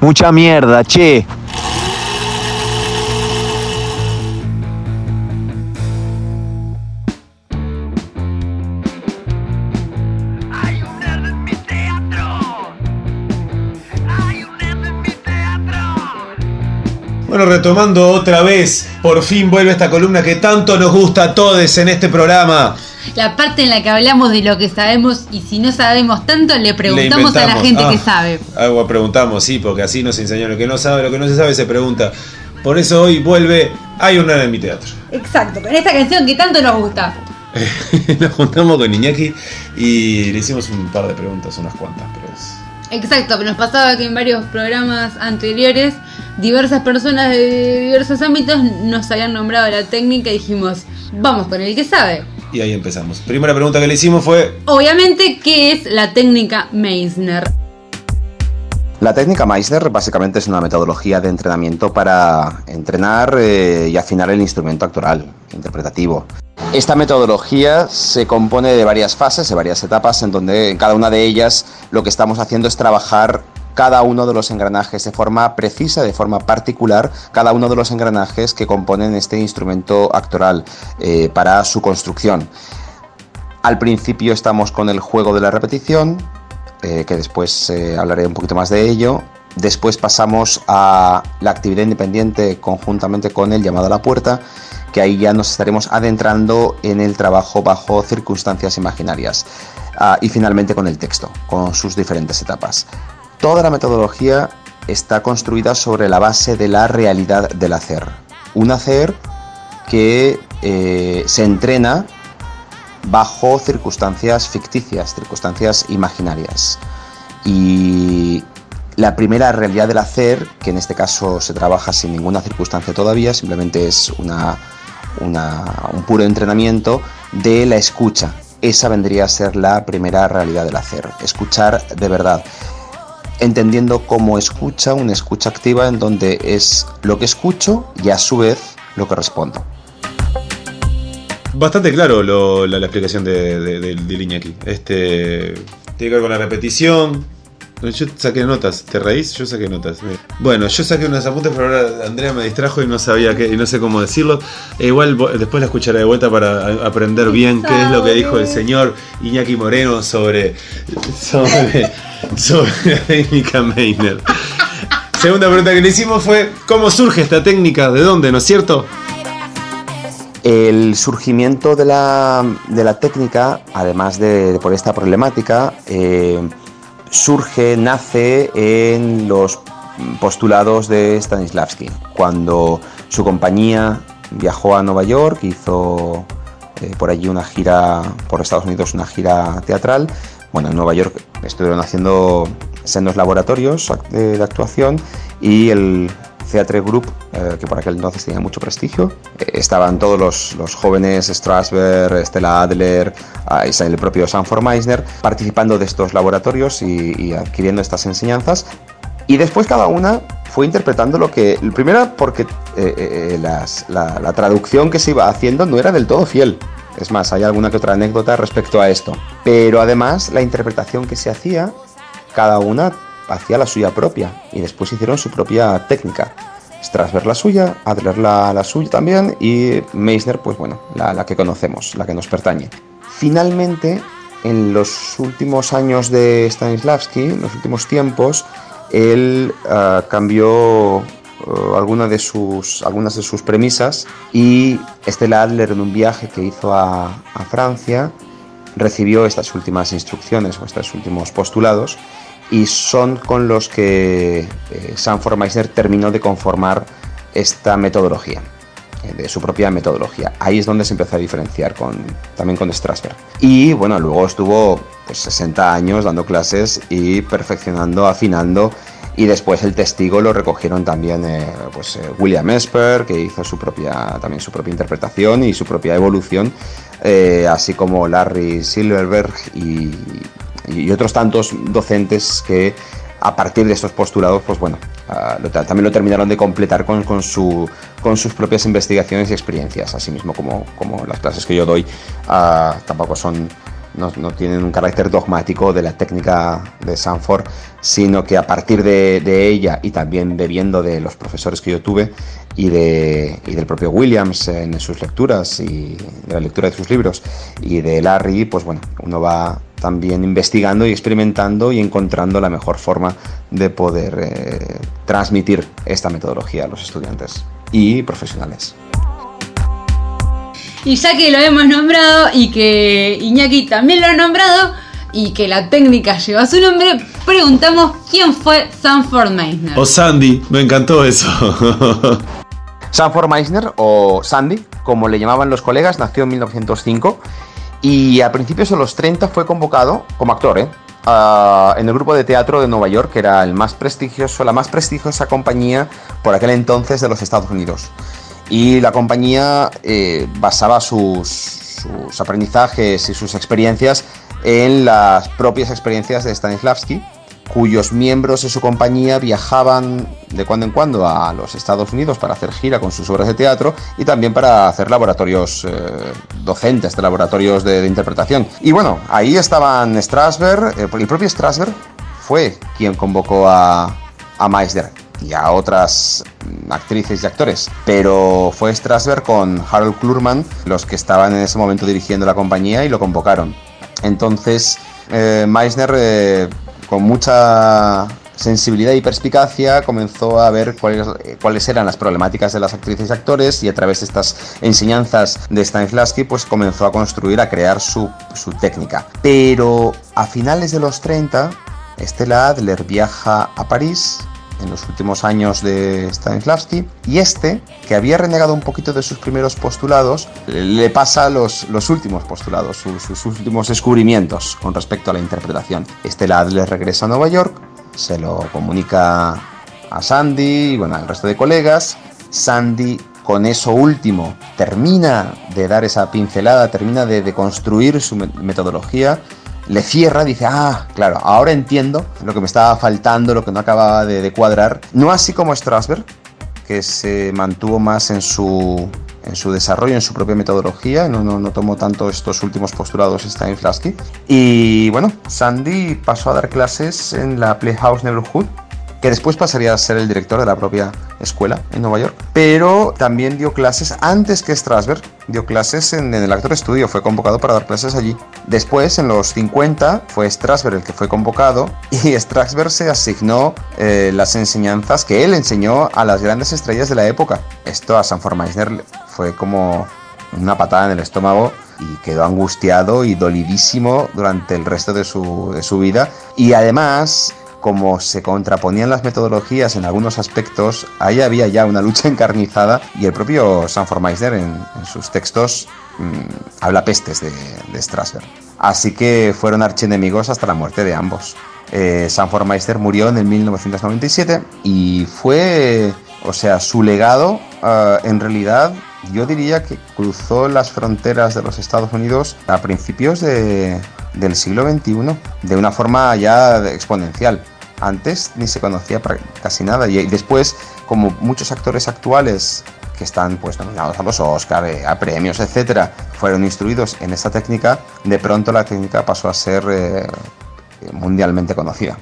Mucha mierda, che. Bueno, retomando otra vez, por fin vuelve esta columna que tanto nos gusta a todos en este programa. La parte en la que hablamos de lo que sabemos y si no sabemos tanto le preguntamos a la gente que sabe. Algo preguntamos, sí, porque así nos enseñó lo que no sabe, lo que no se sabe se pregunta. Por eso hoy vuelve Hay un nene en mi teatro. Exacto, con esta canción que tanto nos gusta. Nos juntamos con Iñaki y le hicimos un par de preguntas, unas cuantas, pero Exacto, nos pasaba que en varios programas anteriores diversas personas de diversos ámbitos nos habían nombrado la técnica y dijimos, vamos con el que sabe. Y ahí empezamos. Primera pregunta que le hicimos fue... Obviamente, ¿qué es la técnica Meisner? La técnica Meisner básicamente es una metodología de entrenamiento para entrenar y afinar el instrumento actoral, interpretativo. Esta metodología se compone de varias fases, de varias etapas, en donde en cada una de ellas lo que estamos haciendo es trabajar cada uno de los engranajes de forma precisa, de forma particular, cada uno de los engranajes que componen este instrumento actoral para su construcción. Al principio estamos con el juego de la repetición, que después hablaré un poquito más de ello. Después pasamos a la actividad independiente conjuntamente con el llamado a la puerta, que ahí ya nos estaremos adentrando en el trabajo bajo circunstancias imaginarias. Y finalmente con el texto, con sus diferentes etapas. Toda la metodología está construida sobre la base de la realidad del hacer. Un hacer que se entrena bajo circunstancias ficticias, circunstancias imaginarias. Y la primera realidad del hacer, que en este caso se trabaja sin ninguna circunstancia todavía, simplemente es un puro entrenamiento de la escucha. Esa vendría a ser la primera realidad del hacer, escuchar de verdad. Entendiendo como escucha, una escucha activa en donde es lo que escucho y a su vez lo que respondo. Bastante claro la explicación de Iñaki. Tiene que ver con la repetición. Yo saqué notas. ¿Te reís? Yo saqué notas. Bueno, yo saqué unos apuntes, pero ahora Andrea me distrajo y no sabía qué, y no sé cómo decirlo. Igual después la escucharé de vuelta para aprender bien qué es lo que dijo el señor Iñaki Moreno sobre la técnica Meisner. Segunda pregunta que le hicimos fue ¿cómo surge esta técnica? ¿De dónde? ¿No es cierto? El surgimiento de la técnica, además de por esta problemática, nace en los postulados de Stanislavski. Cuando su compañía viajó a Nueva York, hizo por allí una gira por Estados Unidos, una gira teatral. Bueno, en Nueva York estuvieron haciendo sendos laboratorios de actuación y el Theatre Group, que por aquel entonces tenía mucho prestigio, estaban todos los jóvenes Strasberg, Stella Adler, el propio Sanford Meisner, participando de estos laboratorios y adquiriendo estas enseñanzas. Y después cada una fue interpretando lo que... Primero porque la traducción que se iba haciendo no era del todo fiel. Es más, hay alguna que otra anécdota respecto a esto. Pero además la interpretación que se hacía, cada una hacía la suya propia y después hicieron su propia técnica. Strasberg la suya, Adler la suya también y Meisner, pues bueno, la que conocemos, la que nos pertañe. Finalmente, en los últimos años de Stanislavski, en los últimos tiempos, él cambió algunas de sus premisas y Stella Adler, en un viaje que hizo a Francia, recibió estas últimas instrucciones o estos últimos postulados y son con los que Sanford Meisner terminó de conformar esta metodología, de su propia metodología. Ahí es donde se empezó a diferenciar también con Strasberg. Y bueno, luego estuvo 60 años dando clases y perfeccionando, afinando, y después el testigo lo recogieron también William Esper, que hizo también su propia interpretación y su propia evolución, así como Larry Silverberg y otros tantos docentes que a partir de estos postulados, pues bueno, también lo terminaron de completar con sus propias investigaciones y experiencias, así mismo como las clases que yo doy tampoco son no tienen un carácter dogmático de la técnica de Sanford, sino que a partir de ella, y también bebiendo de los profesores que yo tuve y del propio Williams en sus lecturas y de la lectura de sus libros, y de Larry, pues bueno, uno va también investigando y experimentando y encontrando la mejor forma de poder transmitir esta metodología a los estudiantes y profesionales. Y ya que lo hemos nombrado y que Iñaki también lo ha nombrado y que la técnica lleva su nombre, preguntamos quién fue Sanford Meisner. O Sandy, me encantó eso. Sanford Meisner, o Sandy, como le llamaban los colegas, nació en 1905 y a principios de los 30 fue convocado como actor, en el grupo de teatro de Nueva York, que era la más prestigiosa compañía por aquel entonces de los Estados Unidos. Y la compañía basaba sus aprendizajes y sus experiencias en las propias experiencias de Stanislavski, cuyos miembros de su compañía viajaban de cuando en cuando a los Estados Unidos para hacer gira con sus obras de teatro y también para hacer laboratorios docentes, de laboratorios de interpretación. Y bueno, ahí estaban Strasberg, el propio Strasberg fue quien convocó a Meisner y a otras actrices y actores, pero fue Strasberg con Harold Clurman los que estaban en ese momento dirigiendo la compañía y lo convocaron. Entonces Meisner, con mucha sensibilidad y perspicacia, comenzó a ver cuáles eran las problemáticas de las actrices y actores, y a través de estas enseñanzas de Stanislavski pues comenzó a construir, a crear su técnica. Pero a finales de los 30 Stella Adler viaja a París en los últimos años de Stanislavski, y que había renegado un poquito de sus primeros postulados, le pasa los últimos postulados, sus últimos descubrimientos con respecto a la interpretación. Stella Adler regresa a Nueva York, se lo comunica a Sandy y bueno, al resto de colegas. Sandy, con eso último, termina de dar esa pincelada, termina de construir su metodología. Le cierra, dice, claro, ahora entiendo lo que me estaba faltando, lo que no acababa de cuadrar. No así como Strasberg, que se mantuvo más en su desarrollo, en su propia metodología, no tomó tanto estos últimos postulados Stanislavski. Y bueno, Sandy pasó a dar clases en la Playhouse Neighborhood, que después pasaría a ser el director de la propia escuela en Nueva York, pero también dio clases antes que Strasberg, dio clases en el Actor Studio, fue convocado para dar clases allí. Después, en los 50, fue Strasberg el que fue convocado y Strasberg se asignó las enseñanzas que él enseñó a las grandes estrellas de la época. Esto a Sanford Meisner fue como una patada en el estómago y quedó angustiado y dolidísimo durante el resto de su vida. Y además, como se contraponían las metodologías en algunos aspectos, ahí había ya una lucha encarnizada, y el propio Sanford Meisner en sus textos habla pestes de Strasberg. Así que fueron archienemigos hasta la muerte de ambos. Sanford Meisner murió en el 1997 y su legado en realidad yo diría que cruzó las fronteras de los Estados Unidos a principios del siglo XXI de una forma ya exponencial. Antes ni se conocía casi nada, y después, como muchos actores actuales que están pues nominados a los Oscar, a premios, etcétera, fueron instruidos en esta técnica, de pronto la técnica pasó a ser mundialmente conocida.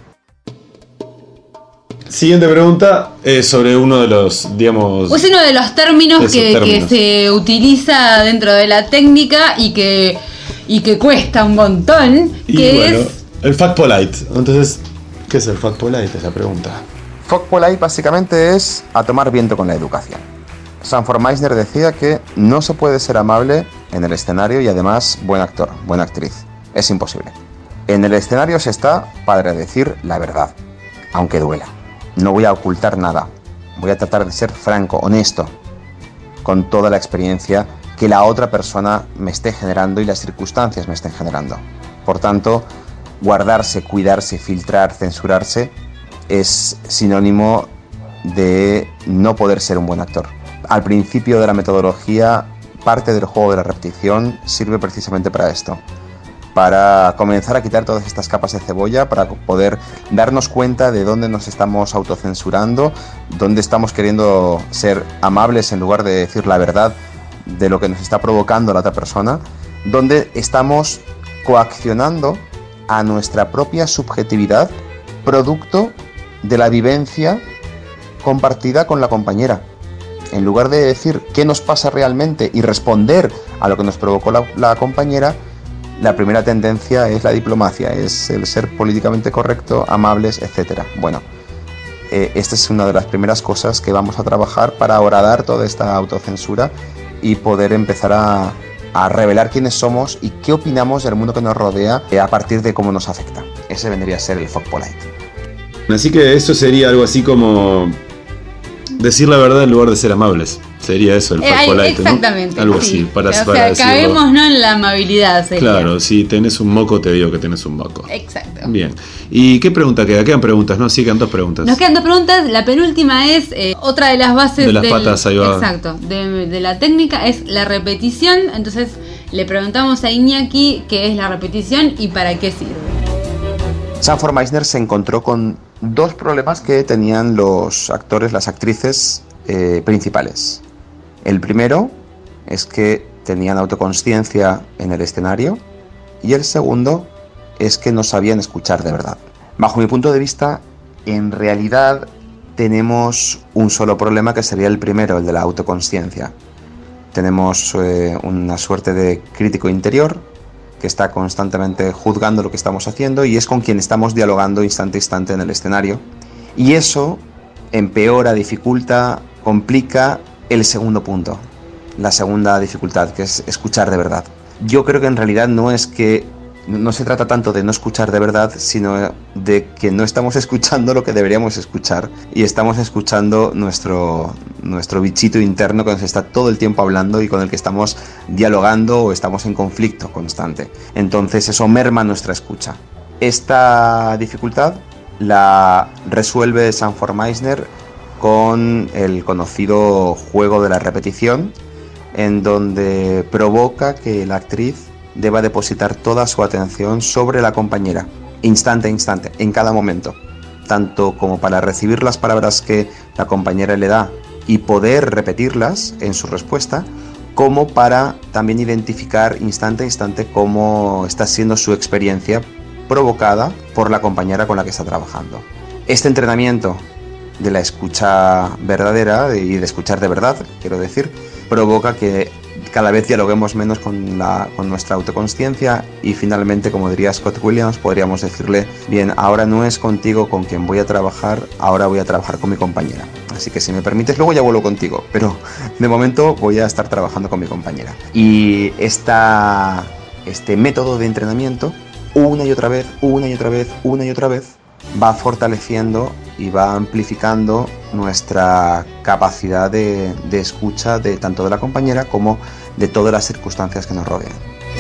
Siguiente pregunta sobre uno de los, digamos... Pues uno de los términos que se utiliza dentro de la técnica y que cuesta un montón, es... el Fact Polite. Entonces, ¿qué es el Fact Polite? Es la pregunta. Fact Polite básicamente es a tomar viento con la educación. Sanford Meisner decía que no se puede ser amable en el escenario y además buen actor, buena actriz. Es imposible. En el escenario se está para decir la verdad, aunque duela. No voy a ocultar nada. Voy a tratar de ser franco, honesto, con toda la experiencia que la otra persona me esté generando y las circunstancias me estén generando. Por tanto, guardarse, cuidarse, filtrar, censurarse es sinónimo de no poder ser un buen actor. Al principio de la metodología, parte del juego de la repetición sirve precisamente para esto, para comenzar a quitar todas estas capas de cebolla, para poder darnos cuenta de dónde nos estamos autocensurando, dónde estamos queriendo ser amables en lugar de decir la verdad de lo que nos está provocando la otra persona, dónde estamos coaccionando a nuestra propia subjetividad, producto de la vivencia compartida con la compañera. En lugar de decir qué nos pasa realmente y responder a lo que nos provocó la compañera, la primera tendencia es la diplomacia, es el ser políticamente correcto, amables, etc. Bueno, esta es una de las primeras cosas que vamos a trabajar para horadar toda esta autocensura y poder empezar a revelar quiénes somos y qué opinamos del mundo que nos rodea a partir de cómo nos afecta. Ese vendría a ser el Fuck Polite. Así que eso sería algo así como decir la verdad en lugar de ser amables. Sería eso el Fuck Polite, exactamente, ¿no? Algo sí. así, para o decirlo. Caemos, ¿no?, en la amabilidad. Sería. Claro, si tenés un moco, te digo que tenés un moco. Exacto. Bien. ¿Y qué pregunta queda? Quedan preguntas, ¿no? Sí, quedan 2 preguntas. Nos quedan 2 preguntas. La penúltima es otra de las bases de las patas, ahí va. Exacto, de la técnica es la repetición. Entonces le preguntamos a Iñaki qué es la repetición y para qué sirve. Sanford Meisner se encontró con 2 problemas que tenían los actores, las actrices principales. El primero es que tenían autoconsciencia en el escenario y el segundo es que no sabían escuchar de verdad. Bajo mi punto de vista, en realidad tenemos un solo problema, que sería el primero, el de la autoconsciencia. Tenemos una suerte de crítico interior que está constantemente juzgando lo que estamos haciendo y es con quien estamos dialogando instante a instante en el escenario. Y eso empeora, dificulta, complica el segundo punto, la segunda dificultad, que es escuchar de verdad. Yo creo que en realidad no se trata tanto de no escuchar de verdad, sino de que no estamos escuchando lo que deberíamos escuchar y estamos escuchando nuestro bichito interno que nos está todo el tiempo hablando y con el que estamos dialogando o estamos en conflicto constante. Entonces eso merma nuestra escucha. Esta dificultad la resuelve Sanford Meisner con el conocido juego de la repetición, en donde provoca que la actriz deba depositar toda su atención sobre la compañera, instante a instante, en cada momento, tanto como para recibir las palabras que la compañera le da y poder repetirlas en su respuesta, como para también identificar instante a instante cómo está siendo su experiencia provocada por la compañera con la que está trabajando. Este entrenamiento de la escucha verdadera y de escuchar de verdad, quiero decir, provoca que cada vez dialoguemos menos con nuestra autoconsciencia y finalmente, como diría Scott Williams, podríamos decirle, bien, ahora no es contigo con quien voy a trabajar, ahora voy a trabajar con mi compañera. Así que si me permites, luego ya vuelvo contigo, pero de momento voy a estar trabajando con mi compañera. Y este método de entrenamiento, una y otra vez, va fortaleciendo y va amplificando nuestra capacidad de escucha tanto de la compañera como de todas las circunstancias que nos rodean.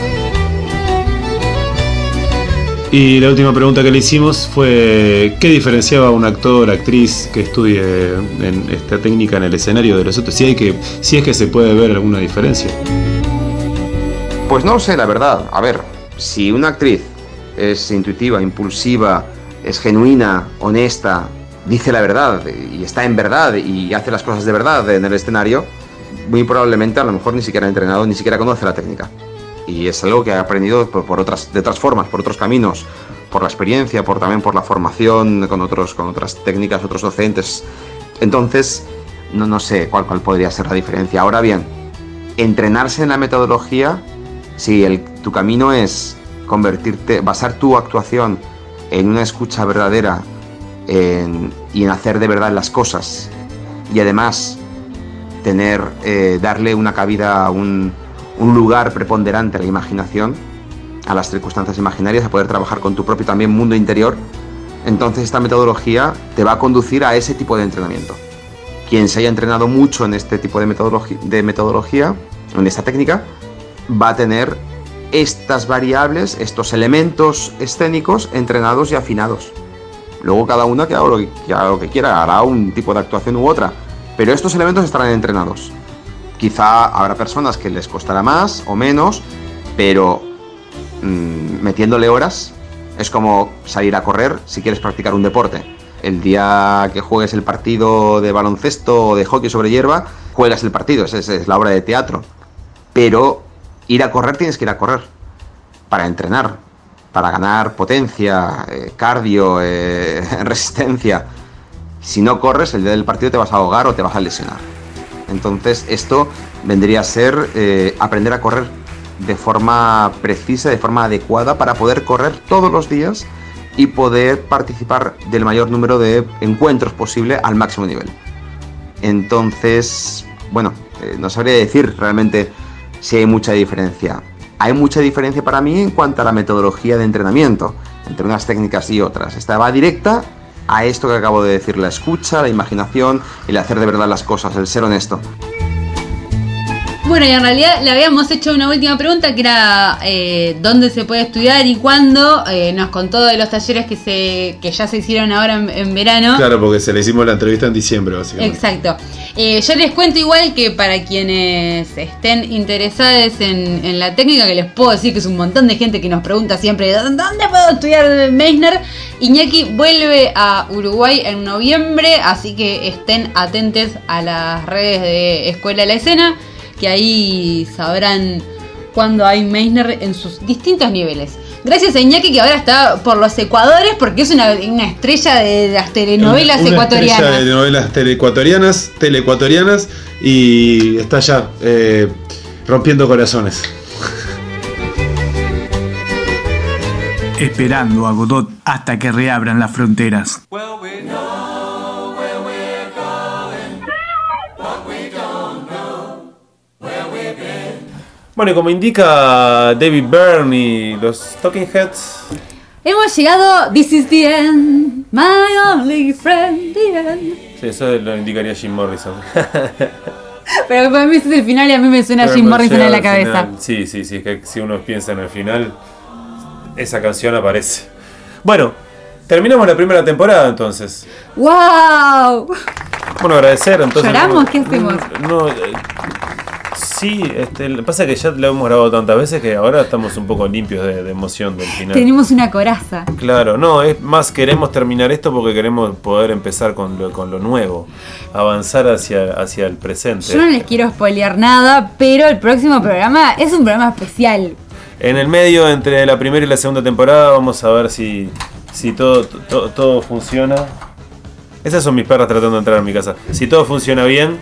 Y la última pregunta que le hicimos fue ¿qué diferenciaba a un actor, actriz que estudie en esta técnica en el escenario de los otros? Si es que se puede ver alguna diferencia. Pues no lo sé, la verdad. A ver, si una actriz es intuitiva, impulsiva, es genuina, honesta, dice la verdad y está en verdad y hace las cosas de verdad en el escenario, muy probablemente a lo mejor ni siquiera ha entrenado, ni siquiera conoce la técnica. Y es algo que ha aprendido de otras formas, por otros caminos, por la experiencia, también por la formación con otras técnicas, otros docentes. Entonces, no sé cuál podría ser la diferencia. Ahora bien, entrenarse en la metodología, si tu camino es basar tu actuación en una escucha verdadera y en hacer de verdad las cosas y además darle una cabida, un lugar preponderante a la imaginación, a las circunstancias imaginarias, a poder trabajar con tu propio también mundo interior, entonces esta metodología te va a conducir a ese tipo de entrenamiento. Quien se haya entrenado mucho en este tipo de metodología, en esta técnica, va a tener estas variables, estos elementos escénicos entrenados y afinados. Luego cada una que haga lo que quiera, hará un tipo de actuación u otra, pero estos elementos estarán entrenados. Quizá habrá personas que les costará más o menos, pero metiéndole horas es como salir a correr si quieres practicar un deporte. El día que juegues el partido de baloncesto o de hockey sobre hierba, juegas el partido, es la obra de teatro. Pero ir a correr tienes que ir a correr. para entrenar, para ganar potencia, cardio, resistencia. Si no corres, el día del partido te vas a ahogar o te vas a lesionar. Entonces esto vendría a ser aprender a correr de forma precisa, de forma adecuada, para poder correr todos los días y poder participar del mayor número de encuentros posible al máximo nivel. Entonces, bueno, no sabría decir realmente si hay mucha diferencia. Hay mucha diferencia para mí en cuanto a la metodología de entrenamiento, entre unas técnicas y otras. Esta va directa a esto que acabo de decir, la escucha, la imaginación, el hacer de verdad las cosas, el ser honesto. Bueno, y en realidad le habíamos hecho una última pregunta que era dónde se puede estudiar y cuándo. Nos contó de los talleres que ya se hicieron ahora en verano. Claro, porque se le hicimos la entrevista en diciembre, básicamente. Exacto. Yo les cuento igual que para quienes estén interesados en la técnica, que les puedo decir que es un montón de gente que nos pregunta siempre ¿dónde puedo estudiar Meissner? Iñaki vuelve a Uruguay en noviembre, así que estén atentos a las redes de Escuela de la Escena, que ahí sabrán cuándo hay Meissner en sus distintos niveles. Gracias a Iñaki, que ahora está por los Ecuadores, porque es una estrella de las telenovelas ecuatorianas. Una estrella de novelas teleecuatorianas, y está ya rompiendo corazones. Esperando a Godot hasta que reabran las fronteras. Bueno, y como indica David Byrne y los Talking Heads, hemos llegado. This is the end, my only friend, the end. Sí, eso lo indicaría Jim Morrison. Pero para mí ese es el final y a mí me suena Jim Morrison en la cabeza. Sí, es que si uno piensa en el final, esa canción aparece. Bueno, terminamos la primera temporada entonces. ¡Wow! Bueno, agradecer entonces. ¿Lloramos? ¿Qué hacemos? Sí, pasa que ya lo hemos grabado tantas veces que ahora estamos un poco limpios de emoción del final. Tenemos una coraza. Claro, no, es más, queremos terminar esto porque queremos poder empezar con lo nuevo, avanzar hacia el presente. Yo no les quiero spoilear nada, pero el próximo programa es un programa especial. En el medio, entre la primera y la segunda temporada, vamos a ver si todo funciona. Esas son mis perras tratando de entrar a mi casa. Si todo funciona bien,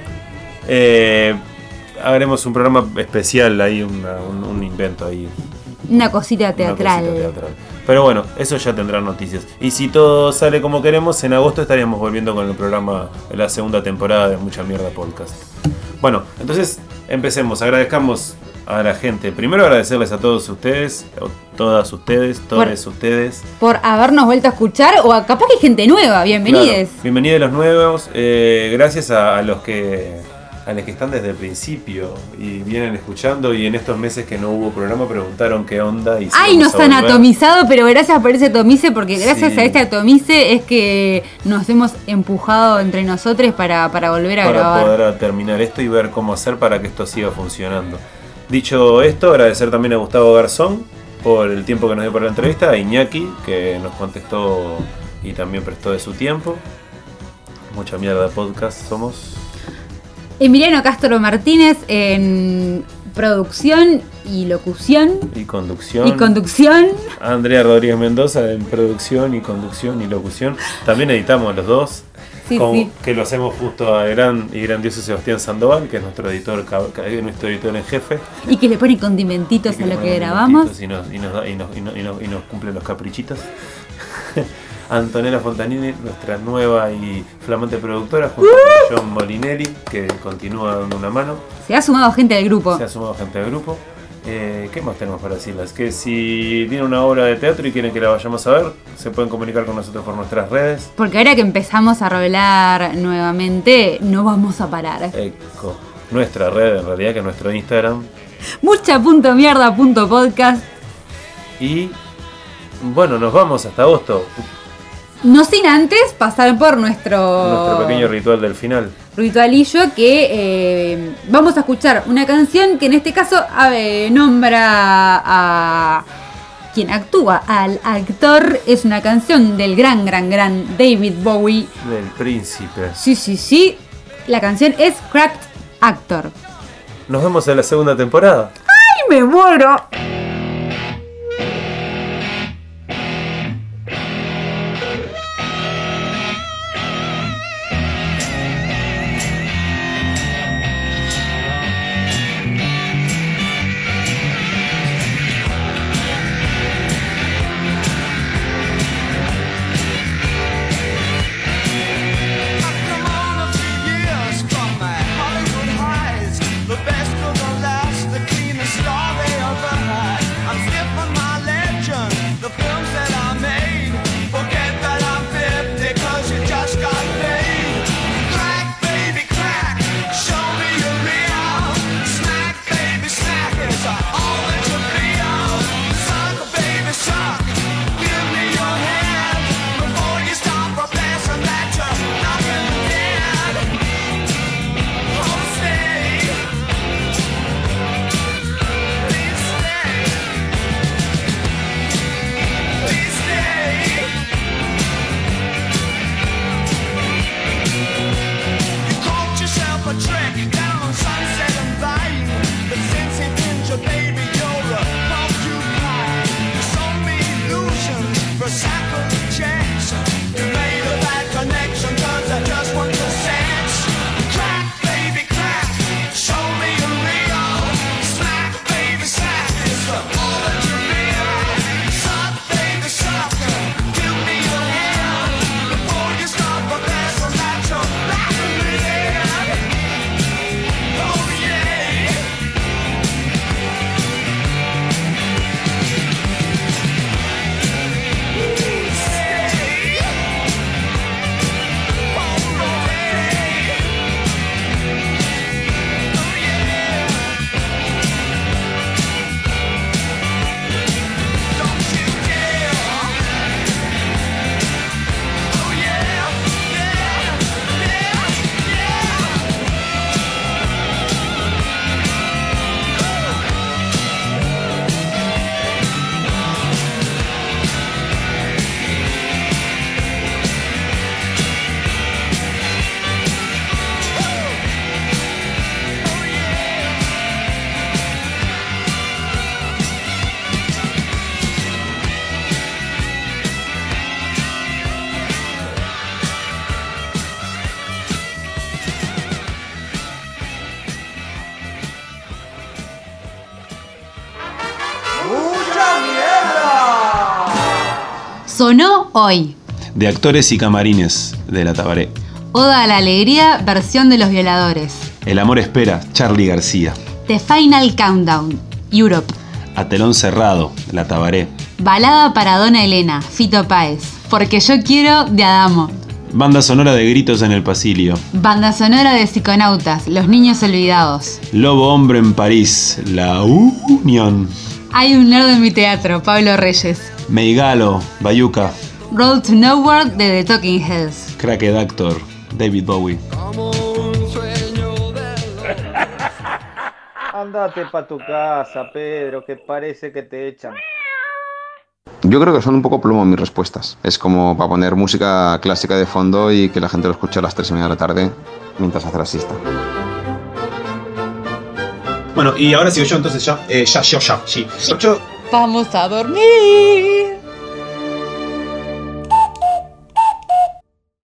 haremos un programa especial ahí, un invento ahí. Una cosita teatral. Pero bueno, eso ya tendrán noticias. Y si todo sale como queremos, en agosto estaríamos volviendo con el programa de la segunda temporada de Mucha Mierda Podcast. Bueno, entonces empecemos. Agradezcamos a la gente. Primero agradecerles a todos ustedes, todas ustedes, por habernos vuelto a escuchar, o capaz que hay gente nueva. Bienvenidos. Claro, bienvenidos los nuevos. Gracias a los que están desde el principio y vienen escuchando, y en estos meses que no hubo programa preguntaron qué onda. Y ¡ay, nos han atomizado! Pero gracias por ese atomice, porque gracias a este atomice es que nos hemos empujado entre nosotros para volver a grabar. Para poder terminar esto y ver cómo hacer para que esto siga funcionando. Dicho esto, agradecer también a Gustavo Garzón por el tiempo que nos dio para la entrevista, a Iñaki, que nos contestó y también prestó de su tiempo. Mucha Mierda Podcast somos. Emiliano Castro Martínez en producción y locución. Y conducción. Andrea Rodríguez Mendoza en producción y conducción y locución. También editamos los dos. Sí. Que lo hacemos justo a gran y grandioso Sebastián Sandoval, que es nuestro editor en jefe. Y que le pone condimentitos a lo que grabamos. Y nos cumple los caprichitos. Antonella Fontanini, nuestra nueva y flamante productora, junto con John Molinelli, que continúa dando una mano. Se ha sumado gente al grupo. ¿Qué más tenemos para decirles? Que si tienen una obra de teatro y quieren que la vayamos a ver, se pueden comunicar con nosotros por nuestras redes. Porque ahora que empezamos a rolar nuevamente, no vamos a parar. Nuestra red, en realidad, que es nuestro Instagram. Mucha.mierda.podcast. Y bueno, nos vamos hasta agosto. No sin antes pasar por nuestro pequeño ritual del final. Ritualillo que vamos a escuchar una canción que en este caso nombra a quien actúa, al actor. Es una canción del gran David Bowie. Del príncipe. Sí. La canción es Cracked Actor. Nos vemos en la segunda temporada. ¡Ay, me muero! Sonó hoy. De actores y camarines, de La Tabaré. Oda a la alegría, versión de Los Violadores. El amor espera, Charly García. The Final Countdown, Europe. A telón cerrado, La Tabaré. Balada para Dona Elena, Fito Páez. Porque yo quiero, de Adamo. Banda sonora de Gritos en el Pasilio. Banda sonora de Psiconautas, Los Niños Olvidados. Lobo Hombre en París, La Unión. Hay un nerd en mi teatro, Pablo Reyes. Meigalo, Bayuca. Road to Nowhere de The Talking Heads. Cracked Actor, David Bowie. Andate pa' tu casa, Pedro, que parece que te echan. Yo creo que son un poco plomo mis respuestas. Es como para poner música clásica de fondo y que la gente lo escuche a las 3:30 de la tarde mientras hace la siesta. Bueno, y ahora sigo yo, entonces sí. Vamos a dormir.